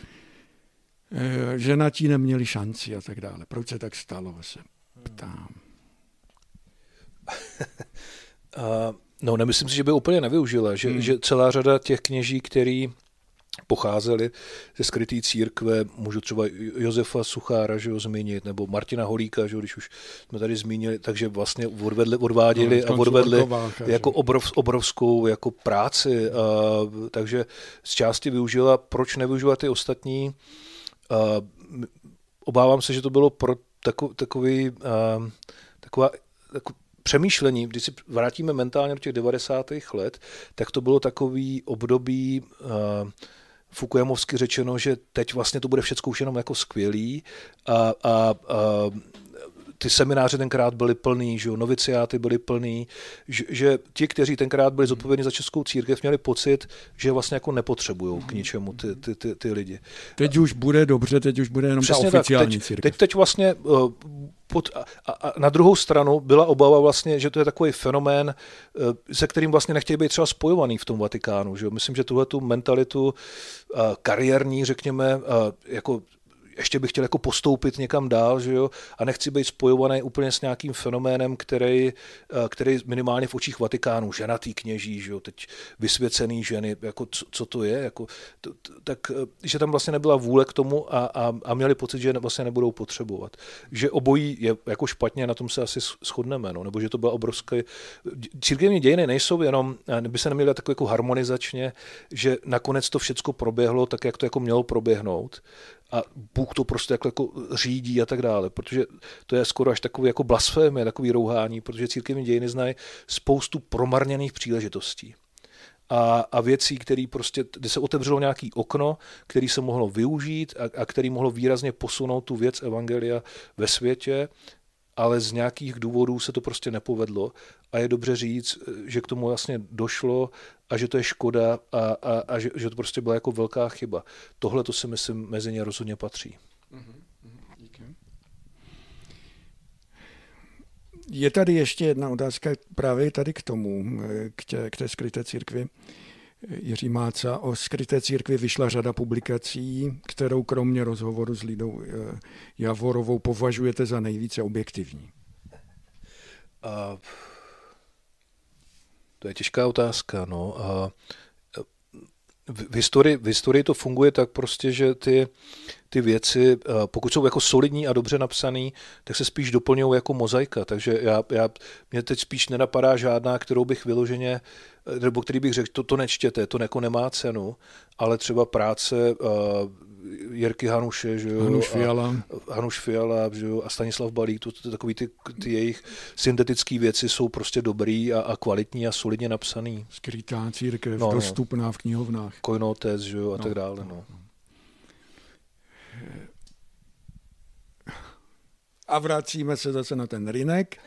Ženatí neměli šanci a tak dále. Proč se tak stalo, se ptám. No, nemyslím si, že by úplně nevyužila, že celá řada těch kněží, který pocházeli ze skryté církve, můžu třeba Josefa Suchára, že ho zmínit, nebo Martina Holíka, že ho, když už jsme tady zmínili, takže vlastně odváděli jako obrovskou jako práci, takže z části využila. Proč nevyužila ty ostatní? Obávám se, že to bylo pro taková přemýšlení, když si vrátíme mentálně do těch 90. let, tak to bylo takový období Fukuyamovsky řečeno, že teď vlastně to bude všechno už jenom jako skvělý a ty semináře tenkrát byly plný, že jo, noviciáty byly plný, že ti, kteří tenkrát byli zodpovědní za českou církev, měli pocit, že vlastně jako nepotřebujou k ničemu ty lidi. Teď už bude dobře, teď už bude jenom přesně ta oficiální církev. Teď vlastně a na druhou stranu byla obava vlastně, že to je takový fenomén, se kterým vlastně nechtějí být třeba spojovaný v tom Vatikánu. Že jo? Myslím, že tuhletu mentalitu kariérní, řekněme, jako ještě bych chtěl jako postoupit někam dál, že jo, a nechci být spojovaný úplně s nějakým fenoménem, který minimálně v očích Vatikánu, ženatý kněží, že jo, teď vysvěcený ženy, jako co to je, jako, tak, že tam vlastně nebyla vůle k tomu a měli pocit, že vlastně nebudou potřebovat. Že obojí je jako špatně, na tom se asi shodneme, no, nebo že to byla obrovské. Církevní dějiny nejsou jenom, by se neměly tak jako harmonizačně, že nakonec to všecko proběhlo tak, jak to jako mělo proběhnout. A Bůh to prostě jako řídí a tak dále, protože to je skoro až takový jako blasfémie, takový rouhání, protože církevní dějiny znají spoustu promarněných příležitostí. A věcí, kde se otevřelo nějaký okno, který se mohlo využít a který mohlo výrazně posunout tu věc evangelia ve světě, ale z nějakých důvodů se to prostě nepovedlo a je dobře říct, že k tomu vlastně došlo a že to je škoda a že to prostě byla jako velká chyba. Tohle to si myslím mezi ně rozhodně patří. Díky. Je tady ještě jedna otázka právě tady k tomu, k té skryté církvi. Jiří Máca, o skryté církvi vyšla řada publikací, kterou kromě rozhovoru s Lidou Javorovou považujete za nejvíce objektivní. To je těžká otázka. No. V historii to funguje tak prostě, že ty ty věci, pokud jsou jako solidní a dobře napsaný, tak se spíš doplňují jako mozaika, takže mě teď spíš nenapadá žádná, kterou bych vyloženě, nebo který bych řekl, to nečtěte, to jako nemá cenu, ale třeba práce Jirky Hanuše, že jo, Hanuš Fiala, že jo, a Stanislav Balík, to takový ty jejich syntetické věci jsou prostě dobrý a kvalitní a solidně napsaný. Skrytá církev, dostupná v knihovnách. Koinotes, že jo, a tak dále, no. A vracíme se zase na ten Rynek.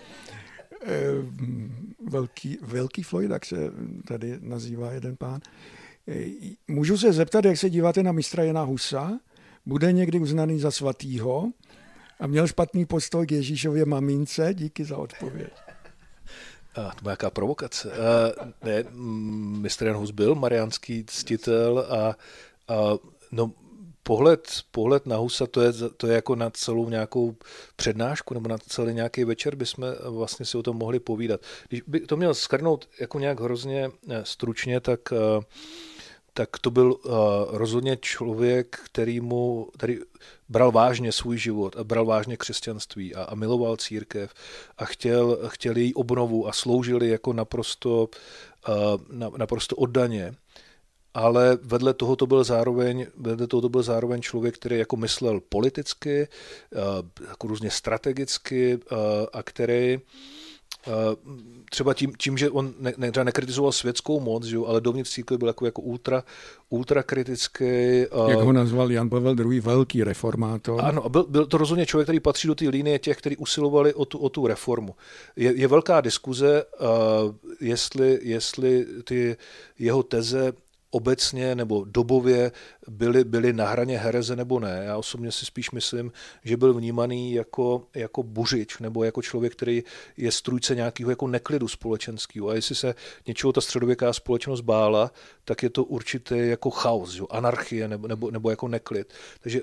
Velký Floyd, jak se tady nazývá jeden pán. Můžu se zeptat, jak se díváte na mistra Jana Husa? Bude někdy uznaný za svatýho a měl špatný postoj k Ježíšově mamince? Díky za odpověď. To byla jaká provokace. Ne, mistr Jan Hus byl mariánský ctitel a no, pohled na Husa, to je jako na celou nějakou přednášku nebo na celý nějaký večer bychom vlastně si o tom mohli povídat. Když by to měl shrnout jako nějak hrozně stručně, tak to byl rozhodně člověk, který bral vážně svůj život a bral vážně křesťanství a miloval církev a chtěl její obnovu a sloužili jako naprosto oddaně. Ale vedle toho to byl zároveň člověk, který jako myslel politicky, jako různě strategicky a který třeba tím, že on nekritizoval světskou moc, že jo, ale dovnitř církve byl jako ultra kritický. Jak ho nazval Jan Pavel II. Velký reformátor. Ano, a byl to rozhodně člověk, který patří do té linie těch, kteří usilovali o tu reformu. Je velká diskuze, jestli ty jeho teze obecně nebo dobově byly na hraně hereze nebo ne. Já osobně si spíš myslím, že byl vnímaný jako buřič nebo jako člověk, který je strůjce nějakého jako neklidu společenského. A jestli se něčeho ta středověká společnost bála, tak je to určitě jako chaos, jo? Anarchie nebo jako neklid. Takže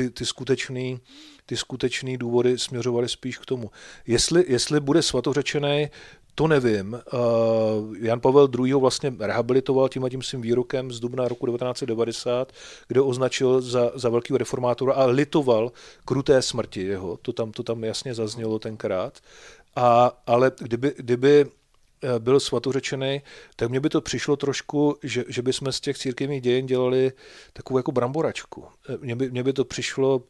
ty skutečný důvody směřovaly spíš k tomu. Jestli bude svatořečený, to nevím. Jan Pavel II. Vlastně rehabilitoval tím svým výrokem z dubna roku 1990, kde označil za velkého reformátora a litoval kruté smrti jeho. To tam jasně zaznělo tenkrát. Ale kdyby byl svatořečený, tak mně by to přišlo trošku, že bychom z těch církevních dějin dělali takovou jako bramboračku. Mně by to přišlo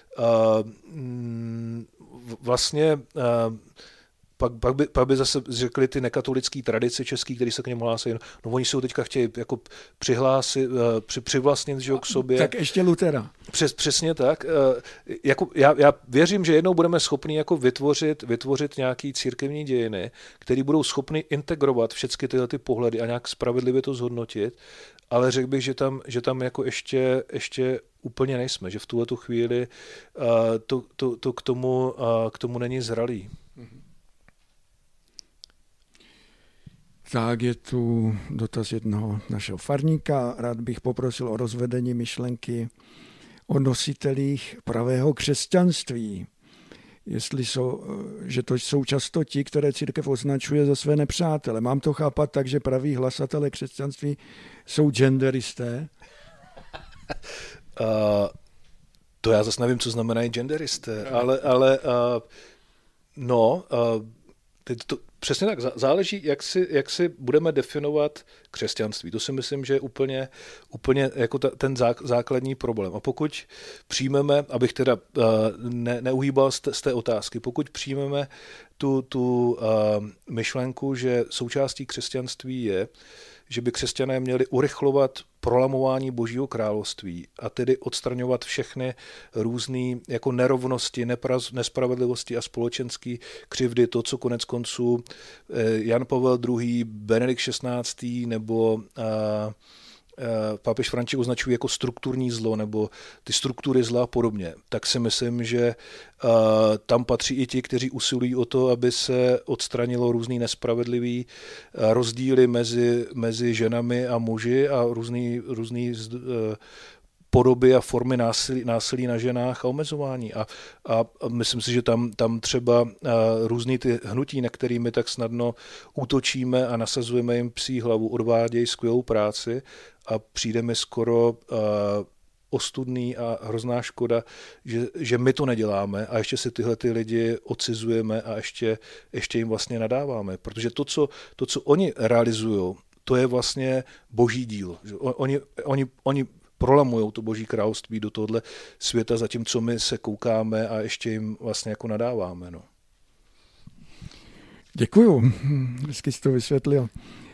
vlastně... Pak by zase řekli ty nekatolické tradice český, který se k němu hlásí. No oni se ho teďka chtějí jako přivlastnit, že k sobě. Tak ještě Lutera. Přesně tak. Jako já věřím, že jednou budeme schopni jako vytvořit nějaký církevní dějiny, které budou schopny integrovat všechny tyhle ty pohledy a nějak spravedlivě to zhodnotit, ale řekl bych, že tam jako ještě úplně nejsme, že v tuhletu chvíli to k tomu není zralý. Tak je tu dotaz jednoho našeho farníka. Rád bych poprosil o rozvedení myšlenky o nositelích pravého křesťanství. Že to jsou často ti, které církev označuje za své nepřátele. Mám to chápat tak, že praví hlasatelé křesťanství jsou genderisté? To já zase nevím, co znamenají genderisté, ale teď to přesně tak, záleží, jak si budeme definovat křesťanství. To si myslím, že je úplně jako ten základní problém. A pokud přijmeme, abych teda neuhýbal z té otázky, pokud přijmeme tu myšlenku, že součástí křesťanství je, že by křesťané měli urychlovat prolamování Božího království a tedy odstraňovat všechny různé jako nerovnosti, nespravedlivosti a společenské křivdy, to, co konec konců Jan Pavel II., Benedikt XVI. Nebo papež František označují jako strukturní zlo nebo ty struktury zla a podobně, tak si myslím, že tam patří i ti, kteří usilují o to, aby se odstranilo různý nespravedlivý rozdíly mezi ženami a muži a různý podoby a formy násilí na ženách a omezování. A myslím si, že tam třeba různý ty hnutí, na kterými tak snadno útočíme a nasazujeme jim psí hlavu, odvádějí skvělou práci a přijde mi skoro ostudný a hrozná škoda, že my to neděláme a ještě si tyhle ty lidi odcizujeme a ještě jim vlastně nadáváme. Protože to, co oni realizují, to je vlastně boží dílo. Oni prolamujou to boží království do tohohle světa, zatímco my se koukáme a ještě jim vlastně jako nadáváme. No. Děkuju, hezky jsi to vysvětlil.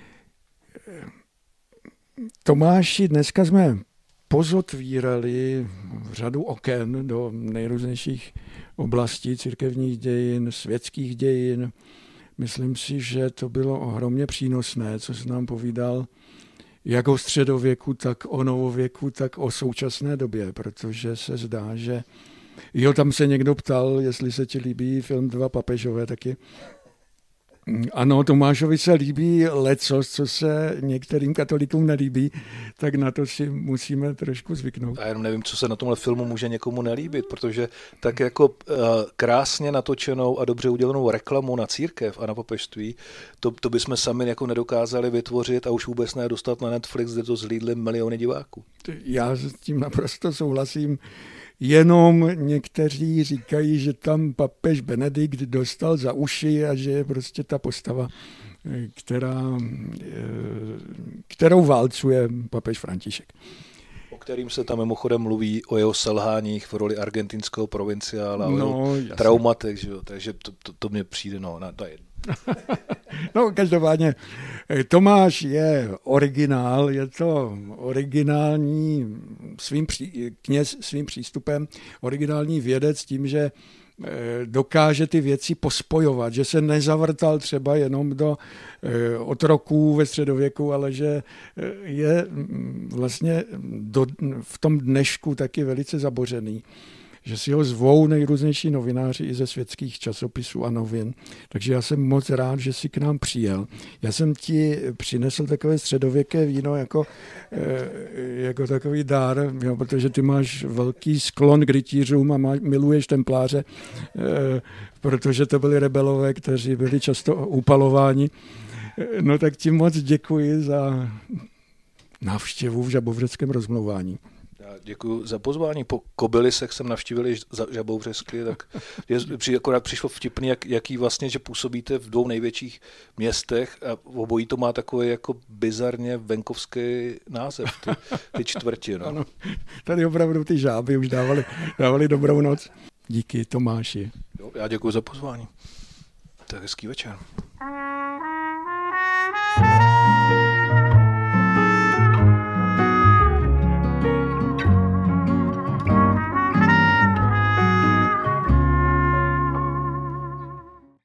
Tomáši, dneska jsme pozotvírali řadu oken do nejrůznějších oblastí církevních dějin, světských dějin. Myslím si, že to bylo ohromně přínosné, co jsi nám povídal, jak o středověku, tak o novověku, tak o současné době, protože se zdá, že tam se někdo ptal, jestli se ti líbí film Dva papežové taky. Ano, Tomášovi se líbí lecos, co se některým katolíkům nelíbí, tak na to si musíme trošku zvyknout. Já jenom nevím, co se na tomhle filmu může někomu nelíbit, protože tak jako krásně natočenou a dobře udělanou reklamu na církev a na papežství, to bychom sami jako nedokázali vytvořit a už vůbec ne dostat na Netflix, kde to zhlídli miliony diváků. Já s tím naprosto souhlasím. Jenom někteří říkají, že tam papež Benedikt dostal za uši a že je prostě ta postava, kterou válcuje papež František. O kterým se tam mimochodem mluví o jeho selháních v roli argentinského provinciála, o jeho traumatech, že jo? Takže to mně přijde na jedno. No, každopádně Tomáš je originál, je to originální kněz svým přístupem, originální vědec tím, že dokáže ty věci pospojovat, že se nezavrtal třeba jenom do otroků ve středověku, ale že je vlastně v tom dnešku taky velice zabořený. Že si ho zvou nejrůznější novináři i ze světských časopisů a novin. Takže já jsem moc rád, že jsi k nám přijel. Já jsem ti přinesl takové středověké víno jako takový dár, jo, protože ty máš velký sklon k rytířům a miluješ templáře, protože to byli rebelové, kteří byli často upalováni. No tak ti moc děkuji za návštěvu v Žabovřeckém rozmlouvání. Děkuji za pozvání. Po Kobylisech jsem navštívil Žabovřesky, tak akorát přišlo vtipný, jaký vlastně, že působíte v dvou největších městech a obojí to má takový jako bizarně venkovský název, ty čtvrti. No. Ano, tady opravdu ty Žáby už dávali dobrou noc. Díky Tomáši. Jo, já děkuji za pozvání. Tak hezký večer.